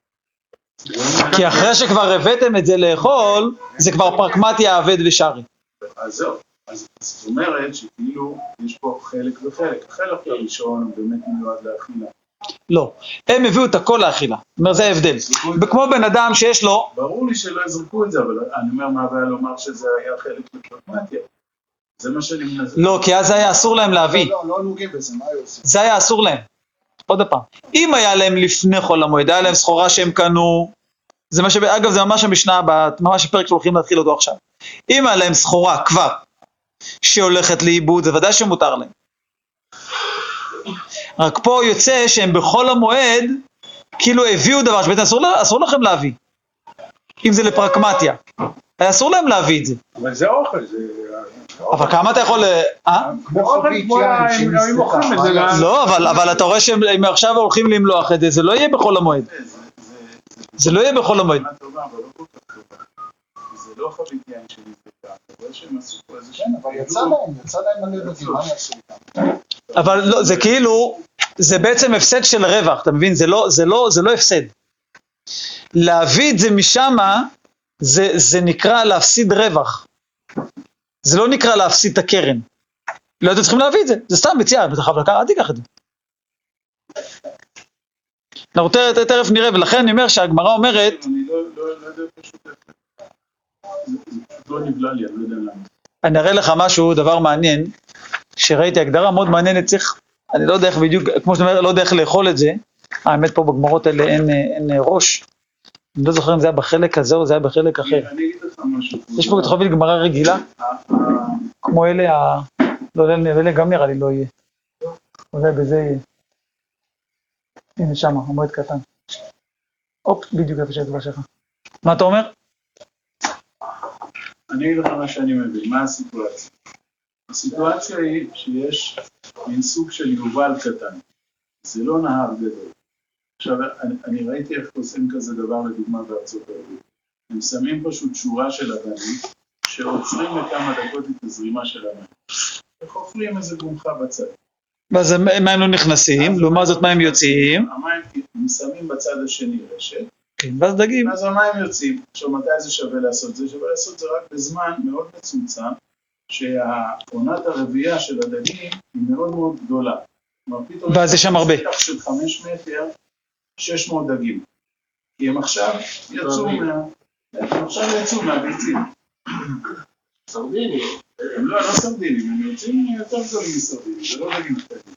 [SPEAKER 1] כי אחרי שכבר הבאתם את זה לאכול, זה כבר פרקמטיה עבד ושרי.
[SPEAKER 2] אז זהו, אז זאת אומרת שכאילו יש פה חלק וחלק. החלק הראשון הוא באמת מיועד לאכילה.
[SPEAKER 1] לא, הם הביאו את הכל לאכילה, זאת אומרת, זה ההבדל. וכמו בן אדם שיש לו...
[SPEAKER 2] ברור לי שלא יזרקו את זה, אבל אני אומר מה הבעיה לומר שזה היה חלק לפרקמטיה. זה מה שאני מנסה.
[SPEAKER 1] לא, כי אז היה אסור להם להביא.
[SPEAKER 3] לא, לא נוגעים בזה, מה היו עושים?
[SPEAKER 1] זה היה אסור להם. עוד פעם, אם היה להם לפני חול המועד, היה להם סחורה שהם קנו, זה מה ש... אגב, זה ממש המשנה, ממש הפרק שהולכים להתחיל אותו עכשיו. אם היה להם סחורה כבר, שהולכת לאיבוד, זה ודאי שמותר להם. רק פה יוצא שהם בכל המועד, כאילו הביאו דבר שבעצם אסור, אסור לכם להביא. אם זה לפרקמטיה. אסור להם להביא את זה.
[SPEAKER 2] אבל זה אוכל, זה...
[SPEAKER 1] אבל כמה אתה יכול... אה?
[SPEAKER 2] אוכל כמו הם מוכרים את זה.
[SPEAKER 1] לא, אבל אתה רואה שהם עכשיו הולכים למלוח את זה, זה לא יהיה בכל המועד. זה לא יהיה בכל המועד.
[SPEAKER 2] זה לא חבית יין שנזדקה, אתה רואה שהם עשו פה איזה...
[SPEAKER 3] כן, אבל יצא להם, יצא להם על ידודים, מה יעשו איתם?
[SPEAKER 1] אבל לא, זה כאילו, זה בעצם הפסד של רווח, אתה מבין? זה לא, זה לא, זה לא הפסד. להביא את זה משמה, זה, זה נקרא להפסיד רווח. זה לא נקרא להפסיד את הקרן. לא אתם צריכים להביא את זה, זה סתם מציאה, אתה חייב לקחת, אל תיקח את זה. אנחנו תרף נראה, ולכן אני אומר שהגמרא אומרת...
[SPEAKER 2] אני לא יודע פשוט... זה לא נבלה לי, אני לא יודע למה.
[SPEAKER 1] אני אראה לך משהו, דבר מעניין, שראיתי הגדרה מאוד מעניינת, צריך, אני לא יודע איך בדיוק, כמו שאתה אומר, לא יודע איך לאכול את זה, האמת פה בגמרות האלה אין, אין ראש, אני לא זוכר אם זה היה בחלק הזה או זה היה בחלק אחר.
[SPEAKER 2] אני אגיד לך משהו.
[SPEAKER 1] יש פה תחובי גמרא רגילה, כמו אלה, לא יודע, אלה גם נראה לי לא יהיה. אולי בזה יהיה. הנה שמה, המועד קטן. אופ, בדיוק איפה שהתבא שלך. מה אתה אומר?
[SPEAKER 2] אני אגיד לך מה שאני מבין, מה הסיטואציה? הסיטואציה היא שיש מין סוג של יובל קטן, זה לא נהר גדול. עכשיו, אני, אני ראיתי איך עושים כזה דבר לדוגמה בארצות הברית. הם שמים פשוט שורה של אדנים, שעוצרים לכמה דקות את הזרימה של המים. וחופרים איזה גומחה בצד.
[SPEAKER 1] ואז המים לא נכנסים, לעומת זאת מים יוצאים.
[SPEAKER 2] המים הם שמים בצד השני רשת.
[SPEAKER 1] כן, ואז דגים.
[SPEAKER 2] אז המים יוצאים. עכשיו, מתי זה שווה לעשות? זה שווה לעשות זה רק בזמן מאוד מצומצם, שהעונת הרבייה של הדגים היא מאוד מאוד גדולה.
[SPEAKER 1] ואז יש שם הרבה.
[SPEAKER 2] של חמש מטר, שש מאות דגים. כי הם עכשיו יצאו מה... הם עכשיו יצאו מהביצים.
[SPEAKER 5] סרדינים.
[SPEAKER 2] הם לא, לא סרדינים, הם יוצאים יותר גדולים מסרדינים, זה לא דגים קטנים.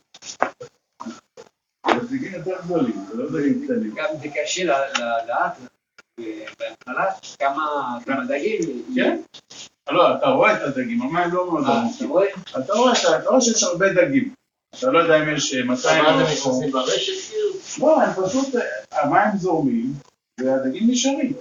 [SPEAKER 2] זה דגים יותר גדולים, זה לא דגים קטנים.
[SPEAKER 6] גם זה קשה לדעת, בהתחלה, כמה דגים.
[SPEAKER 2] כן? לא, אתה רואה את הדגים, המים לא מאוד עמוקים.
[SPEAKER 6] אתה רואה?
[SPEAKER 2] אתה רואה, אתה רואה שיש הרבה דגים. אתה לא יודע אם יש מאתיים...
[SPEAKER 5] מה אתם נכנסים ברשת כאילו?
[SPEAKER 2] לא, הם פשוט, המים זורמים, והדגים נשארים.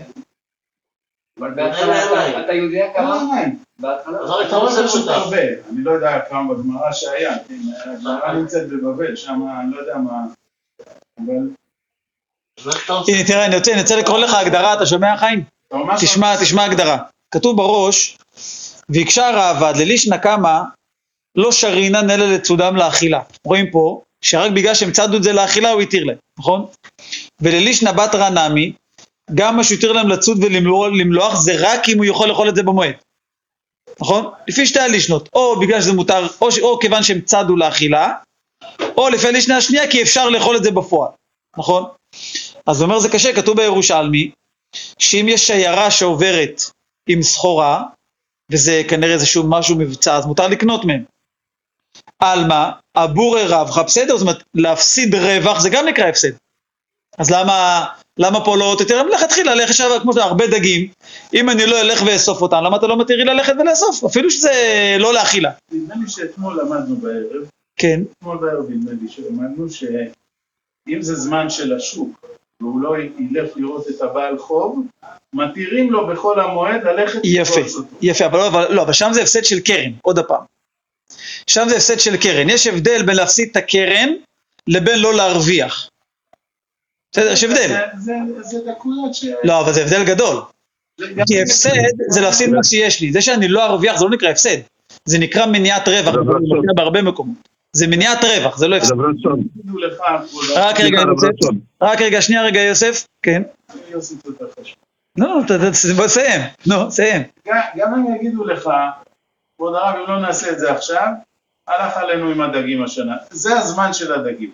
[SPEAKER 6] אתה יודע כמה?
[SPEAKER 2] בהתחלה.
[SPEAKER 5] אז אתה רואה זה פשוט
[SPEAKER 2] הרבה. אני לא יודע כמה בגמרא שהיה, הגמרא נמצאת בבבל, שם אני לא יודע מה... אבל...
[SPEAKER 1] הנה, תראה, אני רוצה, אני רוצה לקרוא לך הגדרה, אתה שומע חיים? תשמע, תשמע הגדרה. כתוב בראש, ויקשר העבד ללישנא קמא, לא שרינן אלא לצודם לאכילה. רואים פה, שרק בגלל שהם צדו את זה לאכילה, הוא יתיר להם, נכון? וללישנא בתרא נמי, גם מה שיותר להם לצוד ולמלוח, זה רק אם הוא יכול לאכול את זה במועד. נכון? לפי שתי הלישנות, או בגלל שזה מותר, או, או כיוון שהם צדו לאכילה, או לפי הלישנה השנייה, כי אפשר לאכול את זה בפועל, נכון? אז הוא אומר זה קשה, כתוב בירושלמי, שאם יש שיירה שעוברת עם סחורה, וזה כנראה איזשהו משהו מבצע, אז מותר לקנות מהם. על מה? אבורי רבך, בסדר, זאת אומרת, להפסיד רווח, זה גם נקרא הפסד. אז למה, למה פה לא תתראה? מלכתחילה, ללכת עכשיו, כמו שזה, הרבה דגים, אם אני לא אלך ואסוף אותם, למה אתה לא מתירי ללכת ולאסוף? אפילו שזה לא לאכילה.
[SPEAKER 2] נדמה לי שאתמול למדנו בערב,
[SPEAKER 1] כן.
[SPEAKER 2] אתמול בערב נדמה לי שלמדנו שאם זה זמן של השוק, והוא לא ילך לראות את הבעל חוב, מתירים לו בכל המועד ללכת
[SPEAKER 1] יפה,
[SPEAKER 2] לפרוץ אותו.
[SPEAKER 1] יפה, אבל לא, אבל, לא, אבל שם זה הפסד של קרן, עוד הפעם. שם זה הפסד של קרן. יש הבדל בין להפסיד את הקרן, לבין לא להרוויח. בסדר, יש הבדל.
[SPEAKER 2] זה, זה, זה דקויות ש...
[SPEAKER 1] לא, אבל זה הבדל גדול. כי הפסד זה להפסיד מה שיש לי. זה שאני לא ארוויח זה לא נקרא הפסד. זה נקרא מניעת רווח, זה נקרא בהרבה מקומות. זה מניעת רווח, זה לא הפסד.
[SPEAKER 2] יגידו לך,
[SPEAKER 1] רק רגע יוסף, רק רגע, שנייה רגע יוסף, כן.
[SPEAKER 2] יוסף יותר חשוב.
[SPEAKER 1] לא, בוא סיים, נו, סיים.
[SPEAKER 2] גם הם יגידו לך, כבוד הרב, אם לא נעשה את זה עכשיו, הלך עלינו עם הדגים השנה. זה הזמן של הדגים.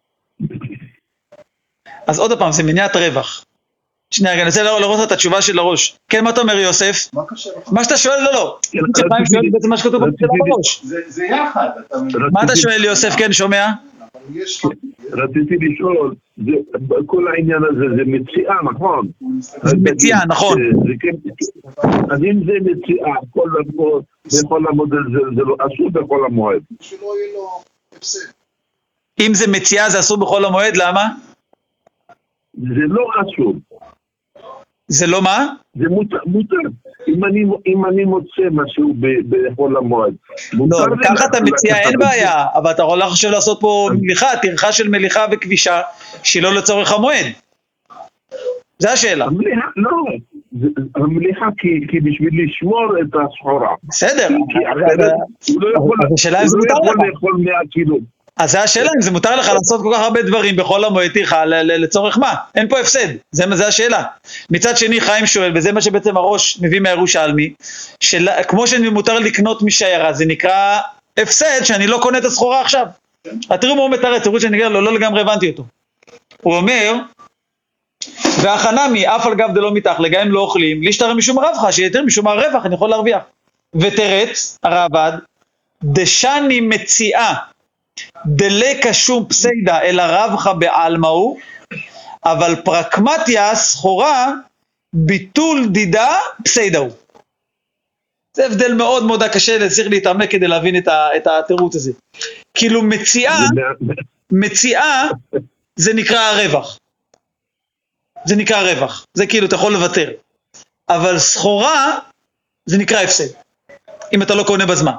[SPEAKER 1] אז עוד פעם, זה מניעת רווח. שנייה, אני רוצה לראות את התשובה של הראש. כן, מה אתה אומר יוסף?
[SPEAKER 3] מה קשה לך?
[SPEAKER 1] מה שאתה שואל, לא, לא. שפעם שואל בעצם מה שכתוב בראש.
[SPEAKER 2] זה, זה יחד. אתה מבין?
[SPEAKER 1] מה אתה שואל יוסף, כן, שומע?
[SPEAKER 3] אבל יש...
[SPEAKER 7] רציתי לשאול, זה- כל העניין הזה זה מציאה, נכון?
[SPEAKER 1] זה מציאה, נכון.
[SPEAKER 7] זה כן- אז אם זה מציאה, כל המועד, בכל המודל זה- זה לא אסור בכל המועד.
[SPEAKER 3] שלא יהיה לו הפסד.
[SPEAKER 1] אם זה מציאה זה אסור בכל המועד, למה?
[SPEAKER 7] זה לא אסור,
[SPEAKER 1] זה לא מה?
[SPEAKER 7] זה מותר. מותר. אם אני, אם אני מוצא משהו ב- בכל המועד,
[SPEAKER 1] לא,
[SPEAKER 7] מותר לי
[SPEAKER 1] ככה אתה
[SPEAKER 7] לקחת
[SPEAKER 1] מציע, אין
[SPEAKER 7] את זה.
[SPEAKER 1] בעיה, אבל אתה יכול עכשיו לעשות פה מליחה, טרחה של מליחה וכבישה, שהיא לא לצורך המועד. זה השאלה.
[SPEAKER 7] המליחה, לא, זה- המליחה כי, כי בשביל לשמור את הסחורה.
[SPEAKER 1] בסדר,
[SPEAKER 7] כי
[SPEAKER 1] אבל-
[SPEAKER 7] אחרת הוא לא יכול,
[SPEAKER 1] אבל השאלה אם
[SPEAKER 7] הוא
[SPEAKER 1] זה
[SPEAKER 7] לא
[SPEAKER 1] מותר
[SPEAKER 7] יכול
[SPEAKER 1] לך.
[SPEAKER 7] לאכול מאה קילו.
[SPEAKER 1] אז זה השאלה, אם זה מותר לך לעשות כל כך הרבה דברים בכל המועד טרחה, ל- ל- לצורך מה? אין פה הפסד, זה, זה השאלה. מצד שני חיים שואל, וזה מה שבעצם הראש מביא מהירושלמי, שכמו שמותר לקנות משיירה, זה נקרא הפסד שאני לא קונה את הסחורה עכשיו. תראו מה הוא מתרץ, תראו שאני לא, לא לגמרי הבנתי אותו. הוא אומר, והחנמי, אף על גב דלא מתחלה, גם אם לא אוכלים, להשתרם משום רווח, שיתר משום הרווח, אני יכול להרוויח. ותרץ, הרעבד, דשני מציאה, דלקה שום פסיידה אלא רבחה בעלמאו, אבל פרקמטיה סחורה ביטול דידה פסיידה הוא. זה הבדל מאוד מאוד קשה, צריך להתעמק כדי להבין את, ה, את התירוץ הזה. כאילו מציאה, מציאה זה נקרא הרווח. זה נקרא רווח, זה כאילו אתה יכול לוותר. אבל סחורה זה נקרא הפסד, אם אתה לא קונה בזמן.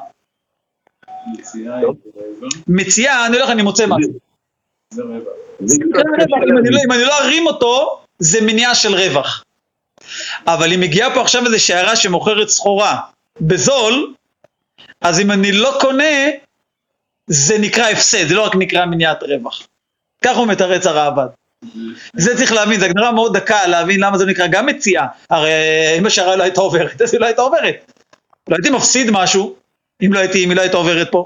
[SPEAKER 2] יציאה, זה רווח.
[SPEAKER 1] מציאה, אני הולך, אני מוצא משהו.
[SPEAKER 2] זה רווח.
[SPEAKER 7] זה קצת
[SPEAKER 1] כן, רווח,
[SPEAKER 7] קשה
[SPEAKER 1] אם אני לא-
[SPEAKER 7] להבין.
[SPEAKER 1] אם אני לא ארים אותו, זה מניעה של רווח. אבל אם מגיעה פה עכשיו איזו שיירה שמוכרת סחורה בזול, אז אם אני לא קונה, זה נקרא הפסד, זה לא רק נקרא מניעת רווח. כך הוא מתרץ הרעבד. זה צריך להבין, זו הגדרה מאוד דקה להבין למה זה נקרא גם מציאה. הרי אם השיירה לא הייתה עוברת, אז היא לא הייתה עוברת. לא הייתי מפסיד משהו, אם לא הייתי, אם היא לא הייתה עוברת פה.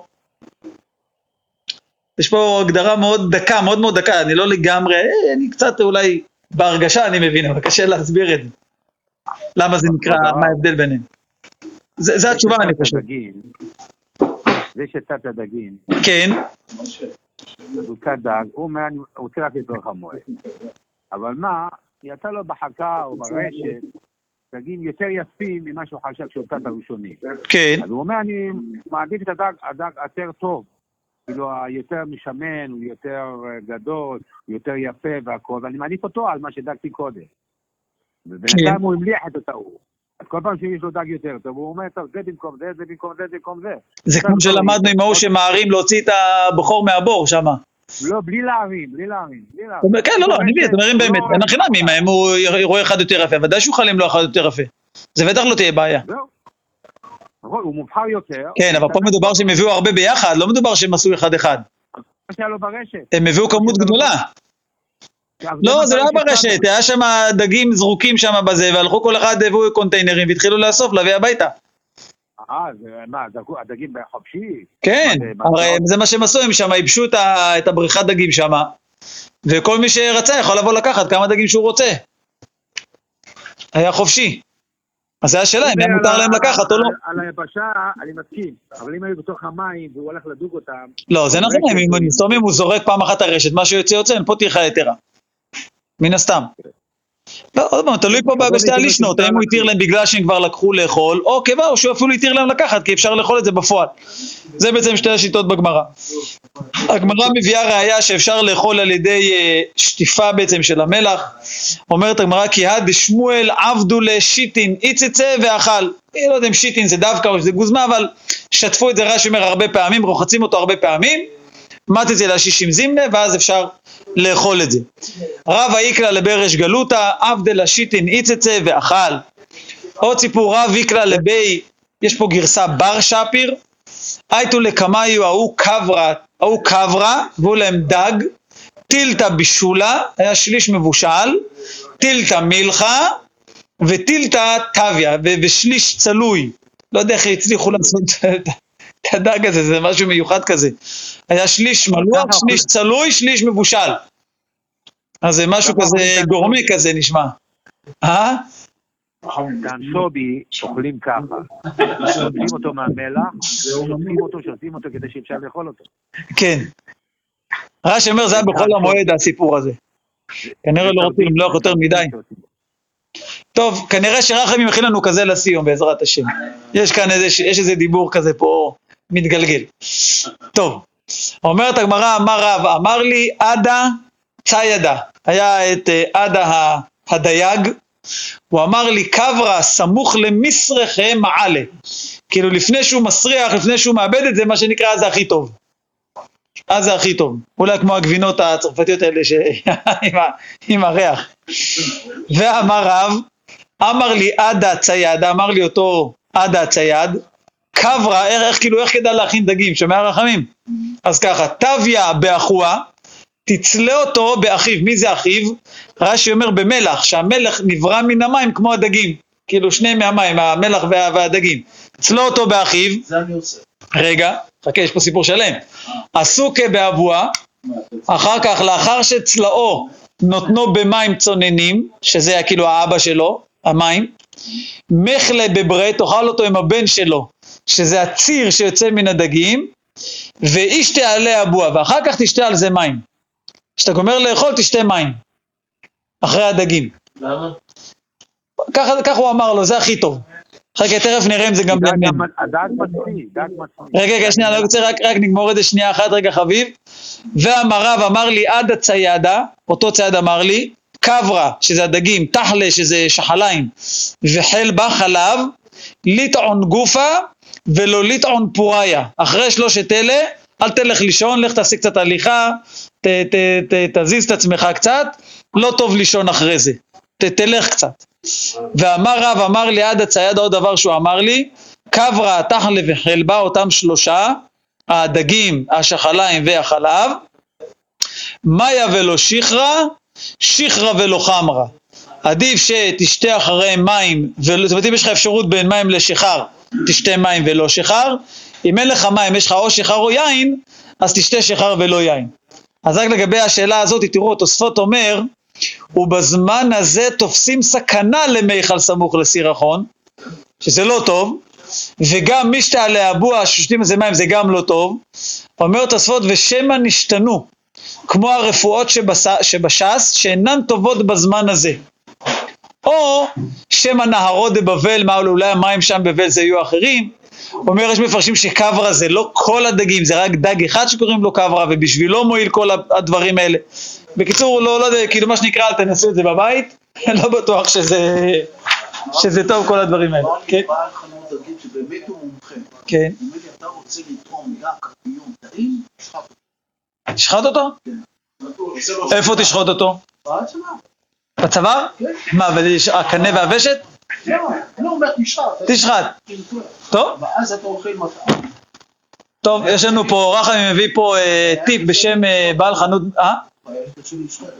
[SPEAKER 1] יש פה הגדרה מאוד דקה, מאוד מאוד דקה, אני לא לגמרי, אה, אני קצת אולי בהרגשה אני מבין, אבל קשה להסביר את זה. למה זה נקרא, מה ההבדל ביניהם. זה, זה התשובה אני חושב.
[SPEAKER 8] זה שצת הדגים,
[SPEAKER 1] כן,
[SPEAKER 2] משה.
[SPEAKER 8] בדוקת דג, הוא אומר, אני רוצה רק לצורך המועד. אבל מה, יצא לו בחכה או ברשת, דגים יותר יפים ממה שהוא חשב שהוא קצת הראשוני.
[SPEAKER 1] כן,
[SPEAKER 8] אז הוא אומר, אני מעדיף את הדג, הדג יותר טוב. כאילו, היותר משמן, הוא יותר גדול, הוא יותר יפה והכל, ואני מעדיף אותו על מה שדגתי קודם. ובינתיים הוא המליח את אותו. אז כל פעם שיש לו דג יותר טוב, הוא אומר, טוב, זה במקום זה, זה במקום זה, זה במקום זה.
[SPEAKER 1] זה כמו שלמדנו עם ההוא שמערים להוציא את הבחור מהבור שם.
[SPEAKER 8] לא, בלי להרים, בלי להרים, בלי להרים.
[SPEAKER 1] הוא אומר, כן, לא, לא, אני מבין, אתם אומרים באמת, אין הכי נעמים, אם הוא רואה אחד יותר יפה, ודאי שהוא חלים לו אחד יותר יפה. זה בטח לא תהיה בעיה.
[SPEAKER 8] זהו. נכון, הוא מובחר יותר.
[SPEAKER 1] כן, אבל פה מדובר שהם הביאו הרבה ביחד, לא מדובר שהם עשו אחד אחד.
[SPEAKER 8] מה שהיה לו ברשת.
[SPEAKER 1] הם הביאו כמות גדולה. לא, זה לא היה ברשת, היה שם דגים זרוקים שם בזה, והלכו כל אחד, הביאו קונטיינרים והתחילו לאסוף, להביא הביתה.
[SPEAKER 8] אה, זה מה, הדגים חופשי?
[SPEAKER 1] כן, הרי זה מה שהם עשו, הם שם ייבשו את הבריכת דגים שם, וכל מי שרצה יכול לבוא לקחת כמה דגים שהוא רוצה. היה חופשי. אז זה השאלה, אם היה מותר להם לקחת או לא.
[SPEAKER 8] על היבשה, אני מסכים, אבל אם היו בתוך המים והוא הולך לדוג אותם...
[SPEAKER 1] לא, זה נכון, אם הוא זורק פעם אחת הרשת, מה שיוצא יוצא, פה תהיה יתרה. מן הסתם. לא, עוד פעם, תלוי פה בשתי הלישנות, האם הוא יתיר להם בגלל שהם כבר לקחו לאכול, או כבה, או שהוא אפילו יתיר להם לקחת, כי אפשר לאכול את זה בפועל. זה בעצם שתי השיטות בגמרא. הגמרא מביאה ראיה שאפשר לאכול על ידי שטיפה בעצם של המלח. אומרת הגמרא, כי הד שמואל עבדו לשיטין, איצצה ואכל. לא יודע אם שיטין זה דווקא או שזה גוזמה, אבל שטפו את זה רש"י אומר הרבה פעמים, רוחצים אותו הרבה פעמים, מתתי לה שישים זימנה, ואז אפשר לאכול את זה. רבא איקלה לברש גלותה, עבד לשיטין איצצה ואכל. עוד סיפור, רב איקלה לבי, יש פה גרסה בר שפיר, הייתו לקמיו, ההוא קברה, ההוא קברה, והוא להם דג, טילתה בישולה, היה שליש מבושל, טילתה מלחה, וטילתה טביה, ושליש צלוי. לא יודע איך הצליחו לעשות את הדג הזה, זה משהו מיוחד כזה. היה שליש מלוח, שליש צלוי, שליש מבושל. אז זה משהו כזה גורמי כזה נשמע. אה?
[SPEAKER 8] כאן סובי אוכלים ככה, שותים אותו מהמלח, שותים אותו, שותים אותו כדי שאפשר לאכול אותו.
[SPEAKER 1] כן. רש"י אומר, זה היה בכל המועד הסיפור הזה. כנראה לא רוצים למלוח יותר מדי. טוב, כנראה שרחמים הכין לנו כזה לסיום בעזרת השם. יש כאן איזה, יש איזה דיבור כזה פה מתגלגל. טוב, אומרת הגמרא, אמר רב, אמר לי עדה ציידה, היה את עדה הדייג, הוא אמר לי קברה סמוך למסרחה מעלה, כאילו לפני שהוא מסריח, לפני שהוא מאבד את זה, מה שנקרא, אז זה הכי טוב. אז זה הכי טוב, אולי כמו הגבינות הצרפתיות האלה עם הריח. ואמר רב, אמר לי עדה ציידה, אמר לי אותו עדה צייד, קברה, איך, איך, כאילו, איך כדאי להכין דגים, שומע רחמים? אז ככה, טביה באחוה, תצלה אותו באחיו. מי זה אחיו? רש"י אומר במלח, שהמלח נברא מן המים כמו הדגים, כאילו שניהם מהמים, המלח וה, והדגים. תצלה אותו באחיו.
[SPEAKER 3] זה אני עושה.
[SPEAKER 1] רגע, חכה, יש פה סיפור שלם. עשו כבאבוה, אחר כך, לאחר שצלעו נותנו במים צוננים, שזה היה כאילו האבא שלו, המים, מחלה בברה, תאכל אותו עם הבן שלו, שזה הציר שיוצא מן הדגים, ואישתה עליה אבוה, ואחר כך תשתה על זה מים. כשאתה גומר לאכול, תשתה מים, אחרי הדגים.
[SPEAKER 5] למה?
[SPEAKER 1] ככה, ככה הוא אמר לו, זה הכי טוב. חכה, תכף נראה אם זה גם באמת.
[SPEAKER 8] הדג מצוי, דג מצוי.
[SPEAKER 1] רגע, רגע, שנייה, אני רוצה רק, רק נגמור את זה שנייה אחת, רגע חביב. ואמר רב, אמר לי עדה ציידה, אותו צייד אמר לי, קברה, שזה הדגים, תחלה, שזה שחליים, וחלבה חלב, לטעון גופה, ולא לטעון פוריה. אחרי שלושת אלה, אל תלך לישון, לך תעשה קצת הליכה, ת, ת, ת, תזיז את עצמך קצת, לא טוב לישון אחרי זה, ת, תלך קצת. ואמר רב, אמר לי עד הצייד, עוד דבר שהוא אמר לי, קברה, תחלה וחלבה, אותם שלושה, הדגים, השחליים והחלב, מיה ולא שחרה, שחרה ולא חמרה. עדיף שתשתה אחרי מים, זאת אומרת אם יש לך אפשרות בין מים לשחר, תשתה מים ולא שחר, אם אין לך מים, יש לך או שחר או יין, אז תשתה שחר ולא יין. אז רק לגבי השאלה הזאת, תראו, תוספות אומר, ובזמן הזה תופסים סכנה למיכל סמוך לסירחון, שזה לא טוב, וגם משתה לאבוע, ששתים איזה מים, זה גם לא טוב. אומר תוספות, ושמה נשתנו, כמו הרפואות שבס... שבש"ס, שאינן טובות בזמן הזה. או שמה נהרות דבבל, מה אולי המים שם בבל זה יהיו אחרים. אומר, יש מפרשים שקברה זה לא כל הדגים, זה רק דג אחד שקוראים לו קברה, ובשבילו מועיל כל הדברים האלה. בקיצור, לא, לא יודע, כאילו מה שנקרא, אל תנסו את זה בבית, לא בטוח שזה, שזה טוב כל הדברים האלה. כן?
[SPEAKER 3] בעל חנות דגים שבאמת הוא מומחה.
[SPEAKER 1] כן.
[SPEAKER 3] באמת אתה רוצה לתרום דג כפיון טעים, תשחט אותו.
[SPEAKER 1] תשחט אותו?
[SPEAKER 3] כן.
[SPEAKER 1] איפה תשחט אותו?
[SPEAKER 3] בצוואר.
[SPEAKER 1] בצוואר?
[SPEAKER 3] כן.
[SPEAKER 1] מה, הקנה והוושת?
[SPEAKER 3] לא, לא אומר תשחט.
[SPEAKER 1] תשחט. טוב.
[SPEAKER 3] ואז אתה אוכל מטעה.
[SPEAKER 1] טוב, יש לנו פה, רחמי מביא פה אה, טיפ בשם אה, בעל חנות, אה?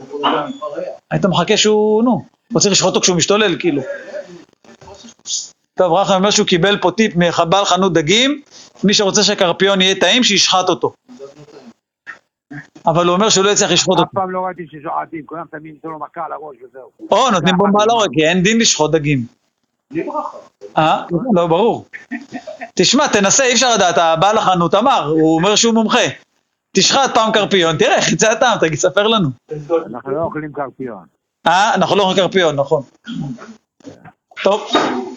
[SPEAKER 1] היית מחכה שהוא, נו, הוא צריך לשחוט אותו כשהוא משתולל, כאילו. טוב, רחם אומר שהוא קיבל פה טיפ מחבל חנות דגים, מי שרוצה שהקרפיון יהיה טעים, שישחט אותו. אבל הוא אומר שהוא לא יצליח לשחוט
[SPEAKER 8] אף
[SPEAKER 1] אותו.
[SPEAKER 8] פעם לא ראיתי ששוחטים, כולם תמיד נתנו לו מכה על הראש וזהו.
[SPEAKER 1] או, נותנים בומבה על הראש, כי אין דין לשחוט דגים.
[SPEAKER 3] בלי ברכה.
[SPEAKER 1] אה? לא, ברור. תשמע, תנסה, אי אפשר לדעת, הבעל החנות אמר, הוא אומר שהוא מומחה. תשחט פעם קרפיון, תראה, איך יצא הטעם, תגיד, ספר לנו.
[SPEAKER 8] אנחנו לא אוכלים קרפיון.
[SPEAKER 1] אה, אנחנו לא אוכלים קרפיון, נכון. טוב.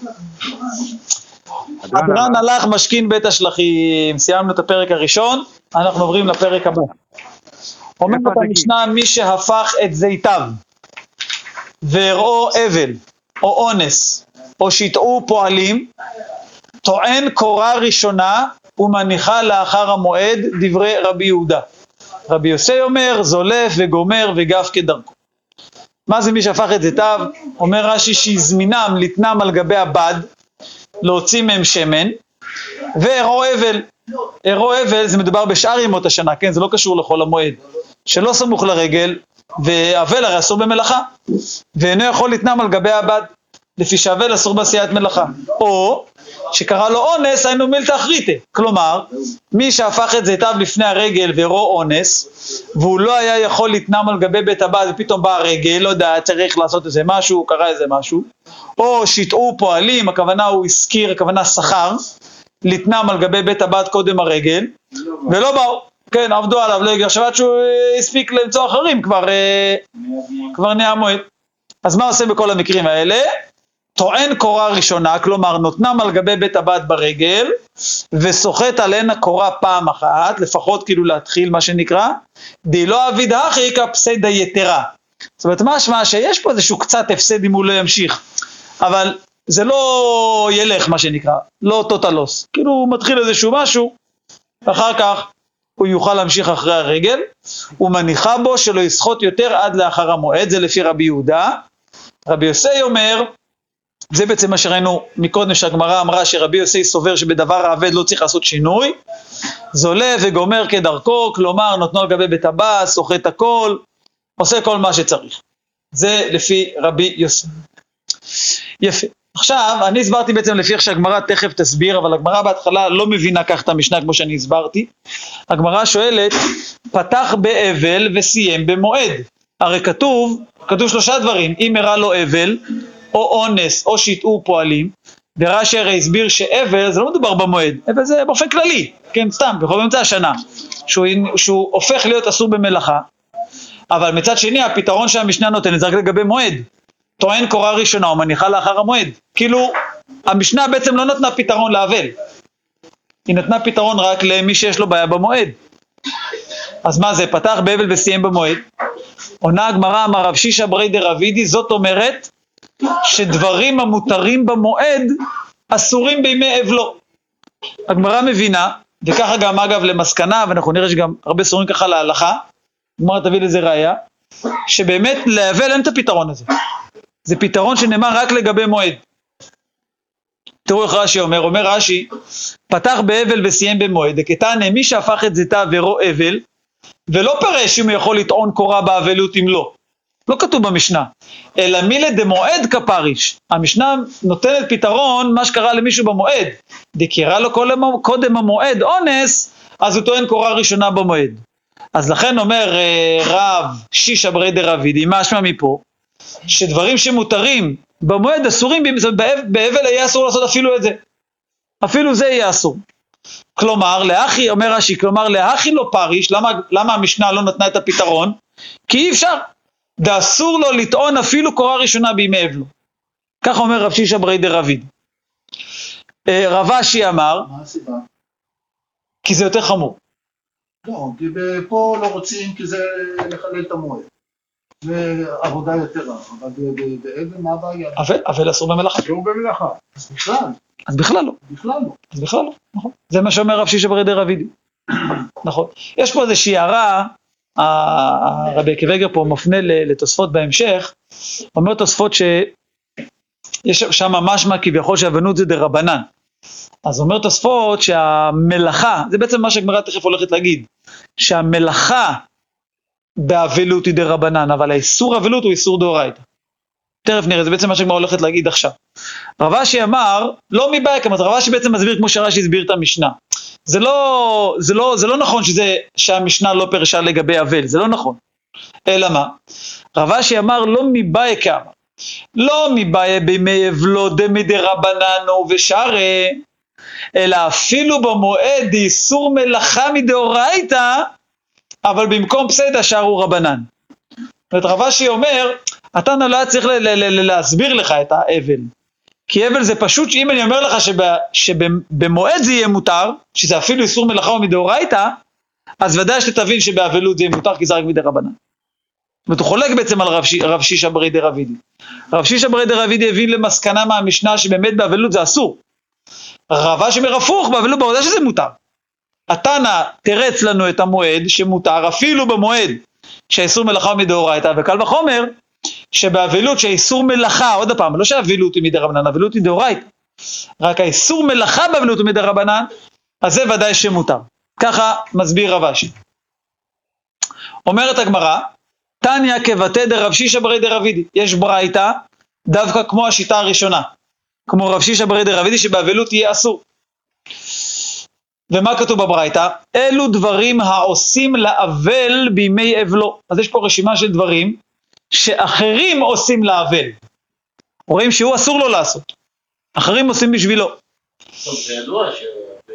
[SPEAKER 1] הדרן הלך משכין בית השלכים, סיימנו את הפרק הראשון, אנחנו עוברים לפרק הבא. אומרת המשנה, מי שהפך את זיתיו, והראו אבל, או אונס, או שיטעו פועלים, טוען קורה ראשונה, ומניחה לאחר המועד דברי רבי יהודה. רבי יוסי אומר, זולף וגומר וגף כדרכו. מה זה מי שהפך את זיתיו? אומר רש"י שהזמינם לתנם על גבי הבד, להוציא מהם שמן, והראו אבל. הראו אבל זה מדובר בשאר ימות השנה, כן? זה לא קשור לכל המועד. שלא סמוך לרגל, והאבל הרי אסור במלאכה, ואינו יכול לתנם על גבי הבד, לפי שהאבל אסור בעשיית מלאכה. או שקרא לו אונס, היינו מילתא אחריתא. כלומר, מי שהפך את זיתיו לפני הרגל והראו אונס, והוא לא היה יכול לתנם על גבי בית הבד, ופתאום בא הרגל, לא יודע, צריך לעשות איזה משהו, קרה איזה משהו, או שיטעו פועלים, הכוונה הוא הזכיר, הכוונה שכר, לתנם על גבי בית הבד קודם הרגל, ולא באו, כן, עבדו עליו, לא הגיע, עכשיו שהוא הספיק למצוא אחרים, כבר, כבר נהיה מועד. אז מה עושה בכל המקרים האלה? טוען קורה ראשונה, כלומר נותנם על גבי בית הבד ברגל, וסוחט עליהן הקורה פעם אחת, לפחות כאילו להתחיל מה שנקרא, די לא אביד אחי כפסד היתרה. זאת אומרת, משמע שיש פה איזשהו קצת הפסד אם הוא לא ימשיך, אבל זה לא ילך מה שנקרא, לא טוטלוס, כאילו הוא מתחיל איזשהו משהו, אחר כך הוא יוכל להמשיך אחרי הרגל, הוא מניחה בו שלא יסחוט יותר עד לאחר המועד, זה לפי רבי יהודה. רבי יוסי אומר, זה בעצם מה שראינו מקודם שהגמרא אמרה שרבי יוסי סובר שבדבר העבד לא צריך לעשות שינוי, זולה וגומר כדרכו, כלומר נותנו על גבי בית הבא, סוחט הכל, עושה כל מה שצריך. זה לפי רבי יוסי. יפה. עכשיו, אני הסברתי בעצם לפי איך שהגמרא תכף תסביר, אבל הגמרא בהתחלה לא מבינה כך את המשנה כמו שאני הסברתי. הגמרא שואלת, פתח באבל וסיים במועד. הרי כתוב, כתוב שלושה דברים, אם הראה לו אבל, או אונס, או שיטעו פועלים, ורש"י הרי הסביר שאבל, זה לא מדובר במועד, אבל זה באופן כללי, כן, סתם, בכל באמצע השנה, שהוא, שהוא הופך להיות אסור במלאכה, אבל מצד שני, הפתרון שהמשנה נותנת זה רק לגבי מועד, טוען קורה ראשונה, או מניחה לאחר המועד, כאילו, המשנה בעצם לא נתנה פתרון לאבל, היא נתנה פתרון רק למי שיש לו בעיה במועד, אז מה זה, פתח באבל וסיים במועד, עונה הגמרא אמר רב שישא ברי דרבידי, זאת אומרת, שדברים המותרים במועד אסורים בימי אבלו. הגמרא מבינה, וככה גם אגב למסקנה, ואנחנו נראה שגם הרבה סורים ככה להלכה, הגמרא תביא לזה ראיה, שבאמת לאבל אין את הפתרון הזה. זה פתרון שנאמר רק לגבי מועד. תראו איך רש"י אומר, אומר רש"י, פתח באבל וסיים במועד, דקתנא מי שהפך את זיתיו וראו אבל, ולא פרש אם הוא יכול לטעון קורה באבלות אם לא. לא כתוב במשנה, אלא מילי דמועד כפריש. המשנה נותנת פתרון מה שקרה למישהו במועד. דקרא לו קודם המועד אונס, אז הוא טוען קורה ראשונה במועד. אז לכן אומר רב שישא ברי דרבידי, מה אשמה מפה? שדברים שמותרים במועד אסורים, באבל יהיה אסור לעשות אפילו את זה. אפילו זה יהיה אסור. כלומר, לאחי, אומר רש"י, כלומר לאחי לא פריש, למה, למה המשנה לא נתנה את הפתרון? כי אי אפשר. ואסור לו לטעון אפילו קורה ראשונה בימי אבלו. כך אומר רב שישא ברי דרבידי. רב אשי אמר,
[SPEAKER 3] מה הסיבה?
[SPEAKER 1] כי זה יותר חמור.
[SPEAKER 3] לא, כי פה לא רוצים, כי זה לחלל את המועד. זה עבודה יותר רע, אבל באבל מה הבעיה?
[SPEAKER 1] אבל אסור במלאכה.
[SPEAKER 3] אסור במלאכה. אז בכלל.
[SPEAKER 1] אז בכלל לא.
[SPEAKER 3] בכלל לא.
[SPEAKER 1] אז בכלל לא, נכון. זה מה שאומר רב שישא ברי דרבידי. נכון. יש פה איזושהי הערה, הרבי עקיבא פה מפנה לתוספות בהמשך, אומר תוספות שיש שם משמע כביכול שהבנות זה דרבנן. אז אומר תוספות שהמלאכה, זה בעצם מה שהגמרא תכף הולכת להגיד, שהמלאכה באבלות היא דרבנן, אבל האיסור אבלות הוא איסור דאורייתא. תכף נראה, זה בעצם מה שהגמרא הולכת להגיד עכשיו. רב אשי אמר, לא מבעיה, כלומר, רב אשי בעצם מסביר כמו שרש"י הסביר את המשנה. זה לא, זה לא, זה לא נכון שזה, שהמשנה לא פרשה לגבי אבל, זה לא נכון. אלא מה? רב אשי אמר, לא מבעיה כאמר. לא מבעיה בימי אבלו דמדי רבננו ושארה, אלא אפילו במועד איסור מלאכה מדאורייתא, אבל במקום פסיידא שרו רבנן. זאת אומרת, רב אשי אומר, אתה לא היה צריך ל- ל- ל- להסביר לך את האבל. כי אבל זה פשוט שאם אני אומר לך שב- שבמועד זה יהיה מותר, שזה אפילו איסור מלאכה מדאורייתא, אז ודאי שתבין שבאבלות זה יהיה מותר, כי זה רק מדי רבנן. זאת אומרת, הוא חולק בעצם על רב, ש... רב שישא ברי דרבידי. רב שישא ברי דרבידי הבין למסקנה מהמשנה שבאמת באבלות זה אסור. רב אשי אומר הפוך, באבלות בעודה שזה מותר. התנא תרץ לנו את המועד שמותר, אפילו במועד שהאיסור מלאכה מדאורייתא, וקל וחומר שבאבלות שהאיסור מלאכה, עוד פעם, לא שהאבלות היא מדי רבנן, האבלות היא דאורייתא, רק האיסור מלאכה באבלות הוא מדי רבנן, אז זה ודאי שמותר. ככה מסביר רב אשי. אומרת הגמרא, תניא כבתי דרב שישא ברי דרבידי, יש ברייתא דווקא כמו השיטה הראשונה, כמו רב שישא ברי דרבידי שבאבלות יהיה אסור. ומה כתוב בברייתא? אלו דברים העושים לאבל בימי אבלו. אז יש פה רשימה של דברים שאחרים עושים לאבל. רואים שהוא אסור לו לעשות, אחרים עושים בשבילו.
[SPEAKER 5] טוב, זה ידוע ש...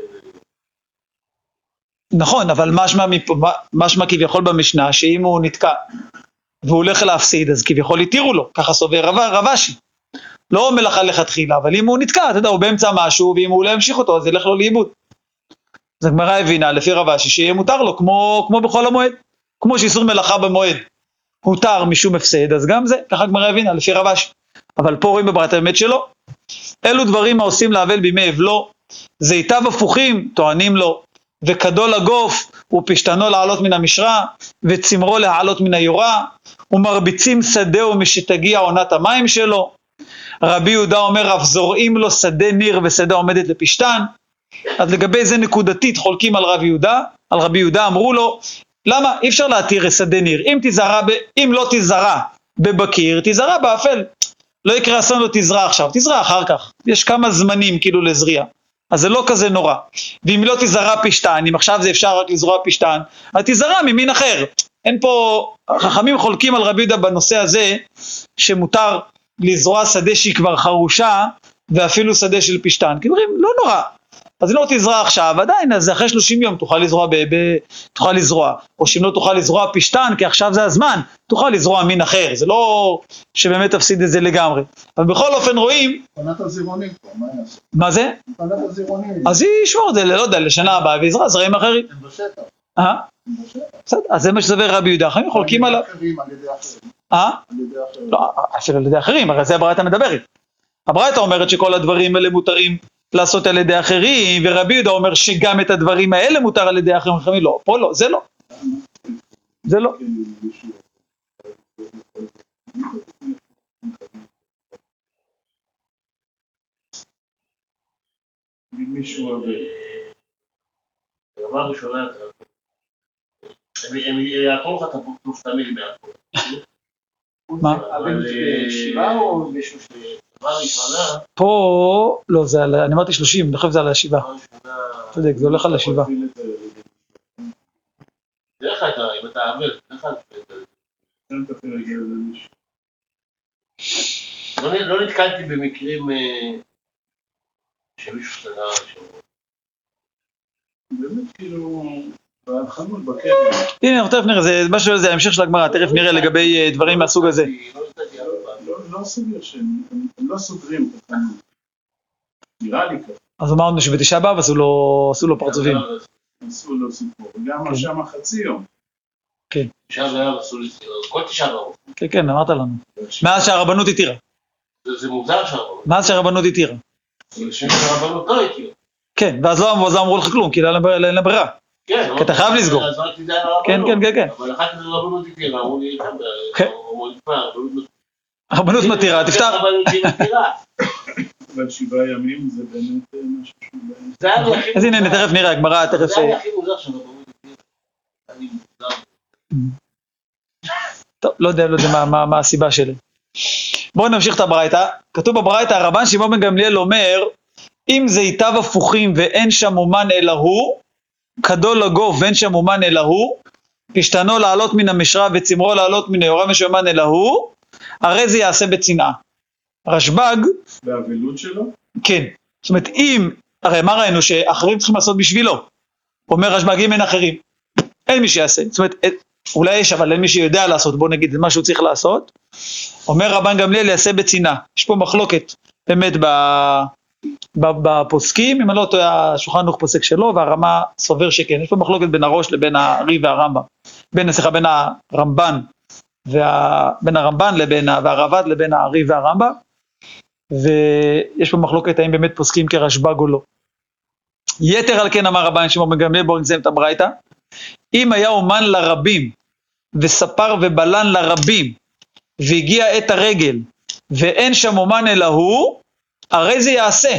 [SPEAKER 1] נכון, אבל משמע, משמע כביכול במשנה שאם הוא נתקע והוא הולך להפסיד, אז כביכול יתירו לו, ככה סובר רב, רב אשי. לא מלאכה לכתחילה, אבל אם הוא נתקע, אתה יודע, הוא באמצע משהו, ואם הוא לא ימשיך אותו, אז ילך לו לאיבוד. אז הגמרא הבינה, לפי רב אשי, שיהיה מותר לו, כמו, כמו בכל המועד. כמו שאיסור מלאכה במועד הותר משום הפסד, אז גם זה, ככה הגמרא הבינה, לפי רב אשי. אבל פה רואים בברייתא באמת שלא. אלו דברים העושים לאבל בימי אבלו, זיתיו הפוכים, טוענים לו, וקדו לגוף, ופשתנו לעלות מן המשרה, וצמרו להעלות מן היורה, ומרביצים שדהו משתגיע עונת המים שלו. רבי יהודה אומר, אף זורעים לו שדה ניר ושדה עומדת לפשתן. אז לגבי זה נקודתית חולקים על רבי יהודה, על רבי יהודה אמרו לו, למה? אי אפשר להתיר שדה ניר, אם, תזרה ב... אם לא תזרה בבקיר, תזרה באפל. לא יקרה אסון לא תזרה עכשיו, תזרה אחר כך. יש כמה זמנים כאילו לזריעה. אז זה לא כזה נורא. ואם לא תזרה פשטן, אם עכשיו זה אפשר רק לזרוע פשטן, אז תזרה ממין אחר. אין פה, חכמים חולקים על רבי יהודה בנושא הזה, שמותר לזרוע שדה שהיא כבר חרושה, ואפילו שדה של פשטן. כי אומרים, לא נורא. אז אם לא תזרע עכשיו, עדיין, אז אחרי שלושים יום תוכל לזרוע, ב- ב- תוכל לזרוע. או שאם לא תוכל לזרוע פשטן, כי עכשיו זה הזמן, תוכל לזרוע מין אחר. זה לא שבאמת תפסיד את זה לגמרי. אבל בכל אופן רואים...
[SPEAKER 3] פנת הזירונים פה, מה יעשו?
[SPEAKER 1] מה זה?
[SPEAKER 3] פנת הזירונים.
[SPEAKER 1] אז היא ישמור את זה, לא יודע, לשנה הבאה, ויזרע זרעים אחרים.
[SPEAKER 3] הם בשטח.
[SPEAKER 1] אה?
[SPEAKER 3] הם בשטח.
[SPEAKER 1] בסדר, אז זה מה שסובר רבי יהודה, חיים חולקים עליו.
[SPEAKER 3] על ידי אחרים, על ידי אחרים.
[SPEAKER 1] אה?
[SPEAKER 3] על ידי אחרים.
[SPEAKER 1] לא, אפילו על ידי אחרים, הרי זה הברייתא מדברת. הברייתא אומרת שכל הדברים האלה מותרים לעשות על ידי אחרים, ורבי יהודה אומר שגם את הדברים האלה מותר על ידי אחרים. חכמים לא, פה לא, זה לא. זה לא.
[SPEAKER 2] מישהו הרבה.
[SPEAKER 5] ברמה ראשונה, הם יעקרו לך את הפופטוף תמיד מהכל.
[SPEAKER 1] מה?
[SPEAKER 6] אבל בשבעה או בשלושים?
[SPEAKER 5] ברמה ראשונה,
[SPEAKER 1] פה, לא, זה על, אני אמרתי שלושים, אני חושב זה על השבעה.
[SPEAKER 5] ברמה ראשונה,
[SPEAKER 1] צודק, זה הולך על השבעה.
[SPEAKER 5] דרך כלל, אם אתה עבל, דרך כלל, לא נתקלתי במקרים שמישהו סגר שבוע.
[SPEAKER 2] באמת כאילו, בחנות, בקרן.
[SPEAKER 1] הנה, תכף נראה, זה משהו, זה ההמשך של הגמרא, תכף נראה לגבי דברים מהסוג הזה.
[SPEAKER 2] לא סוגר שהם, הם לא סוגרים את החנות. נראה לי ככה.
[SPEAKER 1] אז אמרנו שבתשעה באב עשו לו פרצופים.
[SPEAKER 2] עשו לו סיפור, וגם שם חצי יום.
[SPEAKER 1] כן.
[SPEAKER 5] תשעה באב עשו לי סיפור, כל תשעה באב.
[SPEAKER 1] כן, כן, אמרת לנו. מאז שהרבנות התירה.
[SPEAKER 5] זה מוזר שהרבנות.
[SPEAKER 1] מאז שהרבנות התירה.
[SPEAKER 5] שהרבנות לא התירה.
[SPEAKER 1] כן, ואז לא אמרו לך כלום, כי אין להם ברירה.
[SPEAKER 5] כן.
[SPEAKER 1] כי אתה חייב לסגור. כן, כן, כן, כן.
[SPEAKER 5] אבל אחת כזה רבנות התירה, אמרו לי,
[SPEAKER 1] כן. הרבנות מתירה, תפתח.
[SPEAKER 5] הרבנות מתירה.
[SPEAKER 2] אבל שבעה ימים זה באמת משהו שהוא...
[SPEAKER 1] אז הנה, תכף נראה, הגמרא, תכף...
[SPEAKER 5] זה היה הכי מוזר שהרבנות התירה. אני מוזר.
[SPEAKER 1] טוב, לא יודע, לא יודע מה הסיבה שלי. בואו נמשיך את הברייתא. כתוב בברייתא, הרבן שמעון בן גמליאל אומר, אם זיתיו הפוכים ואין שם אומן אלא הוא, כדול לגוף ואין שם אומן אלא הוא, פשתנו לעלות מן המשרה וצמרו לעלות מן היורה משומן אלא הוא, הרי זה יעשה בצנעה. רשב"ג,
[SPEAKER 2] באבלות שלו?
[SPEAKER 1] כן, זאת אומרת אם, הרי מה ראינו שאחרים צריכים לעשות בשבילו, אומר רשב"ג אם אין אחרים, אין מי שיעשה, זאת אומרת אולי יש אבל אין מי שיודע לעשות, בוא נגיד מה שהוא צריך לעשות, אומר רבן גמליאל יעשה בצנעה, יש פה מחלוקת באמת בפוסקים, אם אני לא טועה השולחן ערוך פוסק שלו והרמה סובר שכן, יש פה מחלוקת בין הראש לבין הרי והרמב"ם, בין, סליחה, בין הרמב"ן, וה, בין הרמב"ן לבין, והרב"ד לבין הרי והרמב"ם, ויש פה מחלוקת האם באמת פוסקים כרשב"ג או לא. יתר על כן אמר רבן שמעון בן גמליאל, בואו נסיים את הברייתא, אם היה אומן לרבים, וספר ובלן לרבים, והגיע עת הרגל, ואין שם אומן אלא הוא, הרי זה יעשה.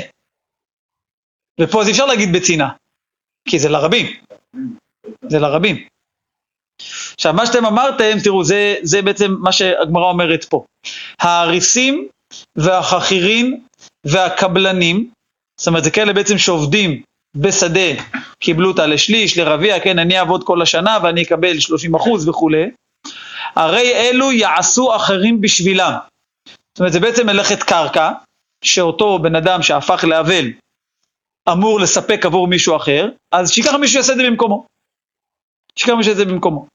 [SPEAKER 1] ופה אז אפשר להגיד בצנעה, כי זה לרבים. זה לרבים. עכשיו, מה שאתם אמרתם, תראו, זה, זה בעצם מה שהגמרא אומרת פה. האריסים והחכירים והקבלנים, זאת אומרת, זה כאלה בעצם שעובדים בשדה, קיבלו אותה לשליש, לרביע, כן, אני אעבוד כל השנה ואני אקבל שלושים אחוז וכו'. הרי אלו יעשו אחרים בשבילם. זאת אומרת, זה בעצם מלאכת קרקע, שאותו בן אדם שהפך לאבל, אמור לספק עבור מישהו אחר, אז שיקח מישהו יעשה את זה במקומו. שיקח מישהו יעשה את זה במקומו.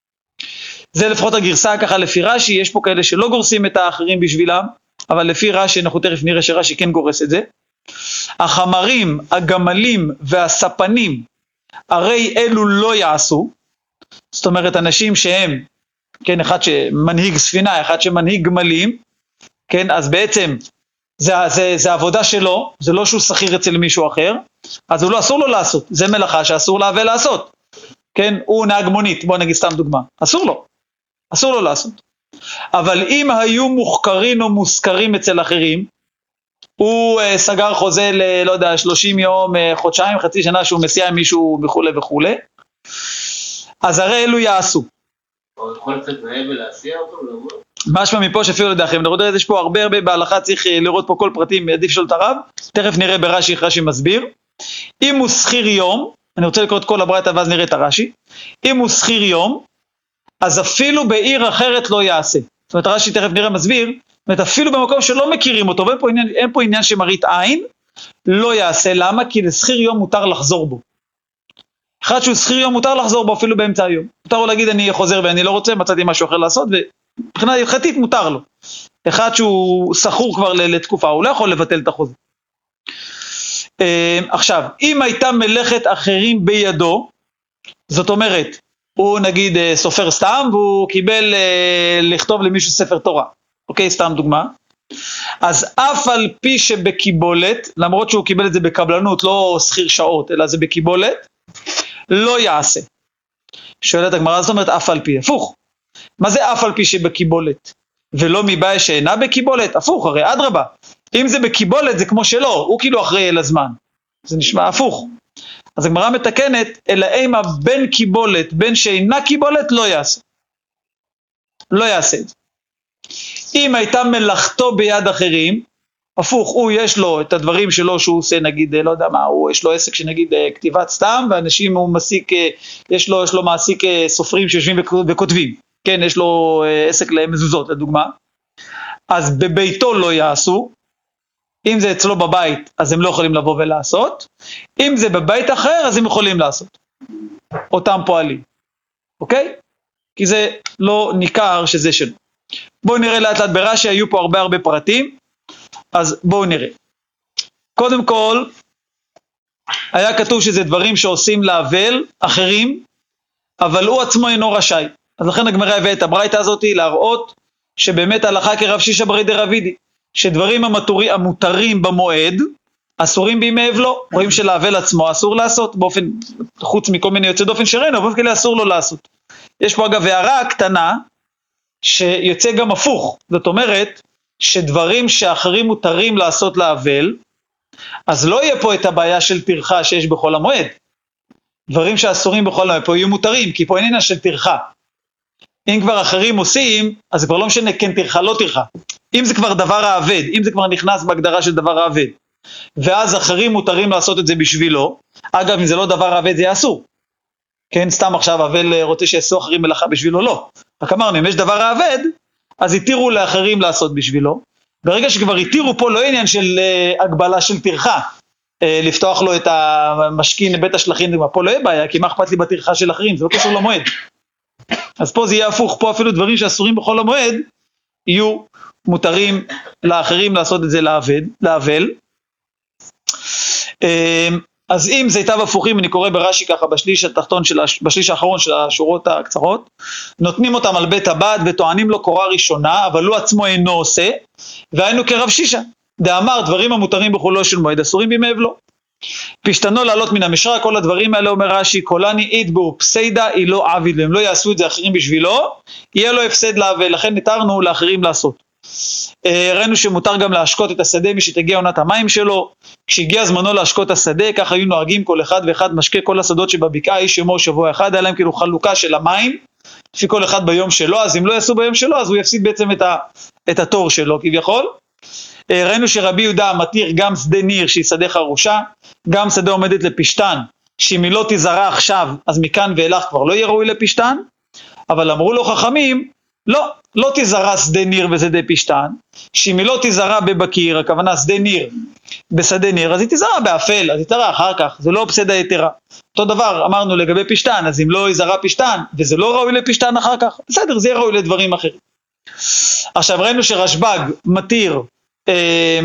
[SPEAKER 1] זה לפחות הגרסה ככה לפי רש"י, יש פה כאלה שלא גורסים את האחרים בשבילם, אבל לפי רש"י, אנחנו תכף נראה שרש"י כן גורס את זה. החמרים, הגמלים והספנים, הרי אלו לא יעשו, זאת אומרת אנשים שהם, כן, אחד שמנהיג ספינה, אחד שמנהיג גמלים, כן, אז בעצם זה, זה, זה עבודה שלו, זה לא שהוא שכיר אצל מישהו אחר, אז הוא לא אסור לו לעשות, זה מלאכה שאסור לאבל לעשות, כן, הוא נהג מונית, בוא נגיד סתם דוגמה, אסור לו, אסור לו לעשות, אבל אם היו מוחקרים או מוזכרים אצל אחרים, הוא uh, סגר חוזה ל, לא יודע, שלושים יום, uh, חודשיים, חצי שנה שהוא מסיע עם מישהו וכו' וכו', אז הרי אלו יעשו.
[SPEAKER 5] הוא יכול קצת נאה ולהסיע אותו?
[SPEAKER 1] משמע מפה שאפילו לדעכם, נראה, יש פה הרבה הרבה בהלכה, צריך לראות פה כל פרטים, עדיף לשאול את הרב, תכף נראה ברש"י, רש"י מסביר. אם הוא שכיר יום, אני רוצה לקרוא את כל הברייתא ואז נראה את הרש"י, אם הוא שכיר יום, אז אפילו בעיר אחרת לא יעשה. זאת אומרת, רש"י תכף נראה מסביר, זאת אומרת, אפילו במקום שלא מכירים אותו, ואין פה עניין, אין פה עניין שמראית עין, לא יעשה. למה? כי לשכיר יום מותר לחזור בו. אחד שהוא שכיר יום מותר לחזור בו אפילו באמצע היום. מותר לו להגיד אני חוזר ואני לא רוצה, מצאתי משהו אחר לעשות, ובחינה הלכתית מותר לו. אחד שהוא שכור כבר לתקופה, הוא לא יכול לבטל את החוזה. עכשיו, אם הייתה מלאכת אחרים בידו, זאת אומרת, הוא נגיד סופר סתם, והוא קיבל לכתוב למישהו ספר תורה. אוקיי, סתם דוגמה. אז אף על פי שבקיבולת, למרות שהוא קיבל את זה בקבלנות, לא שכיר שעות, אלא זה בקיבולת, לא יעשה. שואלת הגמרא, זאת אומרת אף על פי, הפוך. מה זה אף על פי שבקיבולת? ולא מבעיה שאינה בקיבולת? הפוך, הרי אדרבה. אם זה בקיבולת זה כמו שלא, הוא כאילו אחראי אל הזמן. זה נשמע הפוך. אז הגמרא מתקנת, אלא אימה בין קיבולת, בין שאינה קיבולת, לא יעשה. לא יעשה את זה. אם הייתה מלאכתו ביד אחרים, הפוך, הוא יש לו את הדברים שלו שהוא עושה, נגיד, לא יודע מה, הוא יש לו עסק שנגיד כתיבת סתם, ואנשים הוא מסיק, יש לו, יש לו מעסיק סופרים שיושבים וכותבים, כן, יש לו עסק למזוזות, לדוגמה, אז בביתו לא יעשו, אם זה אצלו בבית, אז הם לא יכולים לבוא ולעשות, אם זה בבית אחר, אז הם יכולים לעשות, אותם פועלים, אוקיי? כי זה לא ניכר שזה שלו. בואו נראה לאט לאט ברש"י, היו פה הרבה הרבה פרטים, אז בואו נראה. קודם כל, היה כתוב שזה דברים שעושים לאבל אחרים, אבל הוא עצמו אינו רשאי. אז לכן הגמרא הביא את הברייתא הזאת להראות שבאמת הלכה כרב שישא ברי דרבידי, שדברים המותרים, המותרים במועד, אסורים בימי אבלו, רואים שלאבל עצמו אסור לעשות, באופן, חוץ מכל מיני יוצא דופן שראינו, באופן כלי אסור לו לעשות. יש פה אגב הערה קטנה, שיוצא גם הפוך, זאת אומרת, שדברים שאחרים מותרים לעשות לאבל, אז לא יהיה פה את הבעיה של טרחה שיש בכל המועד. דברים שאסורים בכל המועד, פה יהיו מותרים, כי פה אין עניין של טרחה. אם כבר אחרים עושים, אז זה כבר לא משנה, כן תרחה, לא תרחה. אם זה כבר דבר העבד, אם זה כבר נכנס בהגדרה של דבר העבד, ואז אחרים מותרים לעשות את זה בשבילו, אגב, אם זה לא דבר העבד, זה אסור. כן, סתם עכשיו אבל רוצה שיעשו אחרים מלאכה בשבילו, לא. רק אמרנו, אם יש דבר העבד, אז התירו לאחרים לעשות בשבילו. ברגע שכבר התירו פה לא עניין של uh, הגבלה של תרחה, uh, לפתוח לו את המשכין לבית השלחין, פה לא יהיה בעיה, כי מה אכפת לי בתרחה של אחרים, זה לא קשור למועד. אז פה זה יהיה הפוך, פה אפילו דברים שאסורים בכל המועד, יהיו מותרים לאחרים לעשות את זה לעבד, לעבל. אז אם זה היטב הפוכים, אני קורא ברש"י ככה בשליש התחתון, של הש... בשליש האחרון של השורות הקצרות, נותנים אותם על בית הבד וטוענים לו קורה ראשונה, אבל הוא עצמו אינו עושה, והיינו כרב שישה, דאמר דברים המותרים בחולו של מועד, אסורים בימי אבלו. פשטנו לעלות מן המשרה, כל הדברים האלה אומר רש"י, קולני איתבו פסיידה, היא לא עביד להם, לא יעשו את זה אחרים בשבילו, יהיה לו הפסד לה, ולכן ניתרנו לאחרים לעשות. ראינו שמותר גם להשקות את השדה מי שתגיע עונת המים שלו, כשהגיע זמנו להשקות השדה, כך היו נוהגים כל אחד ואחד משקה כל השדות שבבקעה, איש ימו שבוע אחד, היה להם כאילו חלוקה של המים, לפי כל אחד ביום שלו, אז אם לא יעשו ביום שלו, אז הוא יפסיד בעצם את, ה, את התור שלו כביכול. ראינו שרבי יהודה מתיר גם שדה ניר שהיא שדה חרושה, גם שדה עומדת לפשטן, שאם היא לא תזרע עכשיו, אז מכאן ואילך כבר לא יהיה ראוי לפשטן, אבל אמרו לו חכמים, לא, לא תזרע שדה ניר ושדה פשטן, שאם היא לא תזרע בבקיר, הכוונה שדה ניר בשדה ניר, אז היא תזרע באפל, אז היא תזרע אחר כך, זה לא פסדה יתרה. אותו דבר אמרנו לגבי פשטן, אז אם לא יזרע פשטן, וזה לא ראוי לפשטן אחר כך, בסדר, זה יהיה ראוי לדברים אחרים. עכשיו ראינו שרשב"ג מתיר, אה,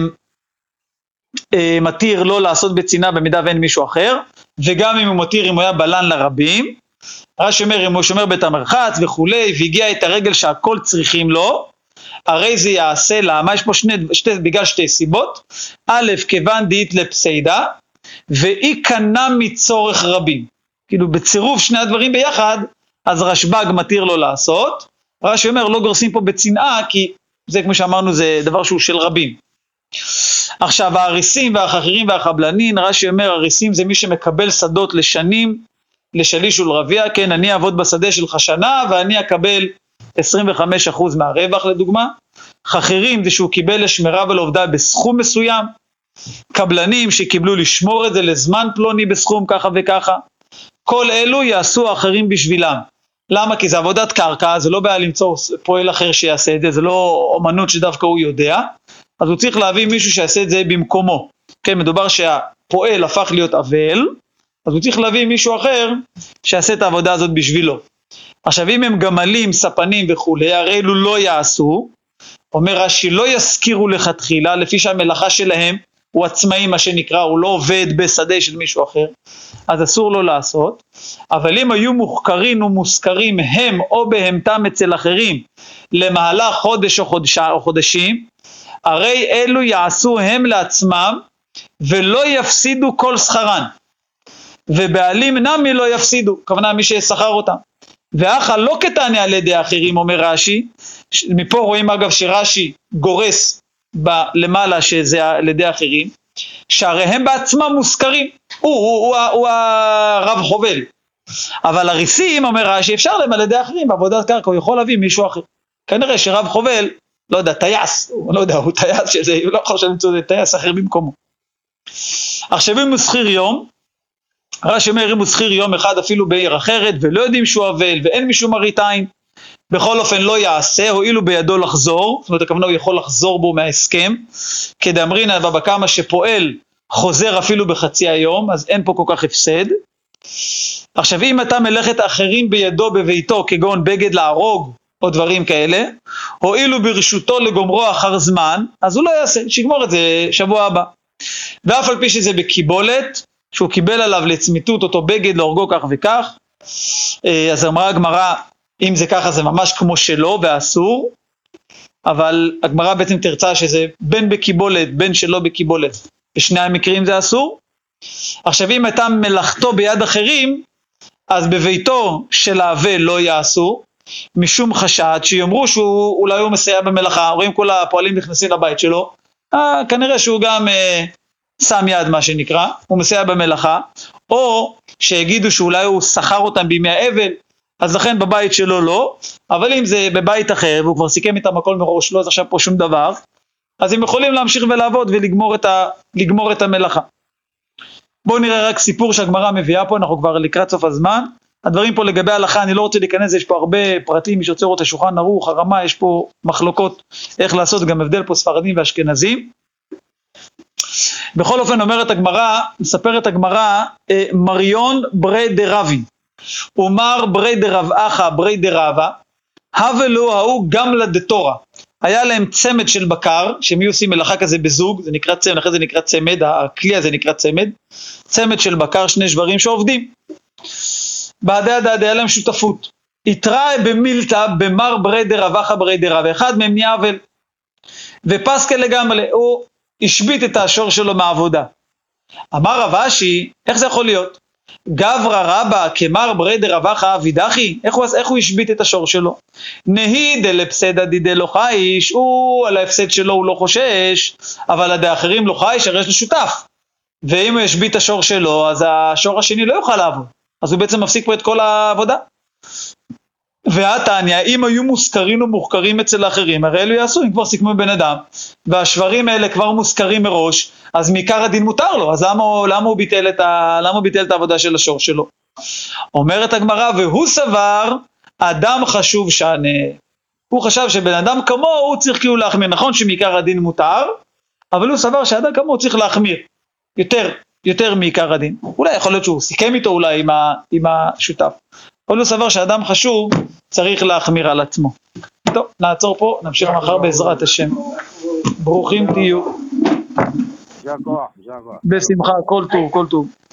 [SPEAKER 1] אה, מתיר לא לעשות בצינה במידה ואין מישהו אחר, וגם אם הוא מתיר אם הוא היה בלן לרבים, רש"י אומר, אם הוא שומר בית המרחץ וכולי, והגיע את הרגל שהכל צריכים לו, הרי זה יעשה למה, יש פה שני, שתי, בגלל שתי סיבות, א', כיוון דאית לפסיידה, ואי קנה מצורך רבים, כאילו בצירוף שני הדברים ביחד, אז רשב"ג מתיר לו לעשות, רש"י אומר, לא גורסים פה בצנעה, כי זה כמו שאמרנו, זה דבר שהוא של רבים. עכשיו, האריסים והחכירים והחבלנים, רש"י אומר, האריסים זה מי שמקבל שדות לשנים, לשליש ולרביע, כן, אני אעבוד בשדה שלך שנה, ואני אקבל עשרים וחמישה אחוז מהרווח לדוגמה. חכירים זה שהוא קיבל לשמירה ולעובדה בסכום מסוים, קבלנים שקיבלו לשמור את זה לזמן פלוני בסכום ככה וככה, כל אלו יעשו אחרים בשבילם. למה? כי זה עבודת קרקע, זה לא בעיה למצוא פועל אחר שיעשה את זה, זה לא אומנות שדווקא הוא יודע, אז הוא צריך להביא מישהו שיעשה את זה במקומו. כן, מדובר שהפועל הפך להיות אבל, אז הוא צריך להביא מישהו אחר שיעשה את העבודה הזאת בשבילו. עכשיו אם הם גמלים, ספנים וכולי, הרי אלו לא יעשו, אומר רש"י, לא יזכירו לכתחילה, לפי שהמלאכה שלהם הוא עצמאי מה שנקרא, הוא לא עובד בשדה של מישהו אחר, אז אסור לו לעשות, אבל אם היו מוחקרים ומוזכרים הם או בהמתם אצל אחרים, למהלך חודש או, חודשה, או חודשים, הרי אלו יעשו הם לעצמם, ולא יפסידו כל שכרן. ובעלים נמי לא יפסידו, כוונה מי ששכר אותם. ואחר לא קטעני על ידי האחרים, אומר רש"י, מפה רואים אגב שרש"י גורס למעלה שזה על ידי האחרים, שהרי הם בעצמם מוזכרים, הוא, הוא, הוא, הוא, הוא הרב חובל. אבל הריסים, אומר רש"י, אפשר להם על ידי האחרים, בעבודת קרקע, הוא יכול להביא מישהו אחר. כנראה שרב חובל, לא יודע, טייס, הוא לא יודע, הוא טייס שזה, הוא לא חושב למצוא זה טייס אחר במקומו. עכשיו אם הוא שכיר יום, רש"י אומר אם הוא שכיר יום אחד אפילו בעיר אחרת, ולא יודעים שהוא אבל, ואין מישהו מראית עין, בכל אופן לא יעשה, הואילו בידו לחזור, זאת אומרת הכוונה הוא יכול לחזור בו מההסכם, כדאמרינן בבא קמא שפועל חוזר אפילו בחצי היום, אז אין פה כל כך הפסד. עכשיו אם אתה מלאכת אחרים בידו בביתו, כגון בגד להרוג, או דברים כאלה, הואילו ברשותו לגומרו אחר זמן, אז הוא לא יעשה, שיגמור את זה שבוע הבא. ואף על פי שזה בקיבולת, שהוא קיבל עליו לצמיתות אותו בגד להורגו כך וכך, אז אמרה הגמרא, אם זה ככה זה ממש כמו שלו ואסור, אבל הגמרא בעצם תרצה שזה בין בקיבולת, בין שלא בקיבולת, בשני המקרים זה אסור. עכשיו אם הייתה מלאכתו ביד אחרים, אז בביתו של האבל לא יעשו, משום חשד שיאמרו שהוא אולי הוא מסייע במלאכה, רואים כל הפועלים נכנסים לבית שלו, אה, כנראה שהוא גם אה, שם יד מה שנקרא, הוא מסייע במלאכה, או שיגידו שאולי הוא שכר אותם בימי האבל, אז לכן בבית שלו לא, אבל אם זה בבית אחר, והוא כבר סיכם איתם הכל מראש, לא אז עכשיו פה שום דבר, אז הם יכולים להמשיך ולעבוד ולגמור את, ה, לגמור את המלאכה. בואו נראה רק סיפור שהגמרא מביאה פה, אנחנו כבר לקראת סוף הזמן. הדברים פה לגבי ההלכה, אני לא רוצה להיכנס, יש פה הרבה פרטים, מי שרוצה לראות השולחן ערוך, הרמה, יש פה מחלוקות איך לעשות, גם הבדל פה ספרדים ואשכנזים. בכל אופן אומרת הגמרא, מספרת הגמרא, מריון ברי דרבי, ומר ברי דרב אחא ברי דרבה, הבלו ההוא גם לדתורה. היה להם צמד של בקר, שהם היו עושים מלאכה כזה בזוג, זה נקרא צמד, אחרי זה נקרא צמד, הכלי הזה נקרא צמד, צמד של בקר, שני שברים שעובדים. בעדי הדד היה להם שותפות. התראה במילתא במר ברי דרב אחא ברי דרבה, אחד מהם נהיה אבל, ופסקה לגמרי, הוא השביט את השור שלו מהעבודה. אמר רב אשי, איך זה יכול להיות? גברא רבא כמר ברי דרב אחא אבידחי, איך הוא, איך הוא השביט את השור שלו? נהי דלפסדא דידי לא חייש, הוא על ההפסד שלו הוא לא חושש, אבל עדי האחרים לא חייש, הרי יש לו שותף. ואם הוא השביט את השור שלו, אז השור השני לא יוכל לעבוד. אז הוא בעצם מפסיק פה את כל העבודה. והתניא, אם היו מוזכרים ומוחקרים אצל האחרים, הרי אלו יעשו, אם כבר סיכמו בן אדם, והשברים האלה כבר מוזכרים מראש, אז מעיקר הדין מותר לו, אז למה, למה, הוא ביטל את ה, למה הוא ביטל את העבודה של השור שלו? אומרת הגמרא, והוא סבר, אדם חשוב שנה. הוא חשב שבן אדם כמו, הוא צריך כאילו להחמיר, נכון שמעיקר הדין מותר, אבל הוא סבר שאדם כמו הוא צריך להחמיר, יותר, יותר מעיקר הדין. אולי יכול להיות שהוא סיכם איתו אולי עם, ה, עם השותף. אבל הוא סבר שאדם חשוב צריך להחמיר על עצמו. טוב, נעצור פה, נמשיך מחר בעזרת השם. ברוכים תהיו. בשמחה, כל טוב, כל טוב.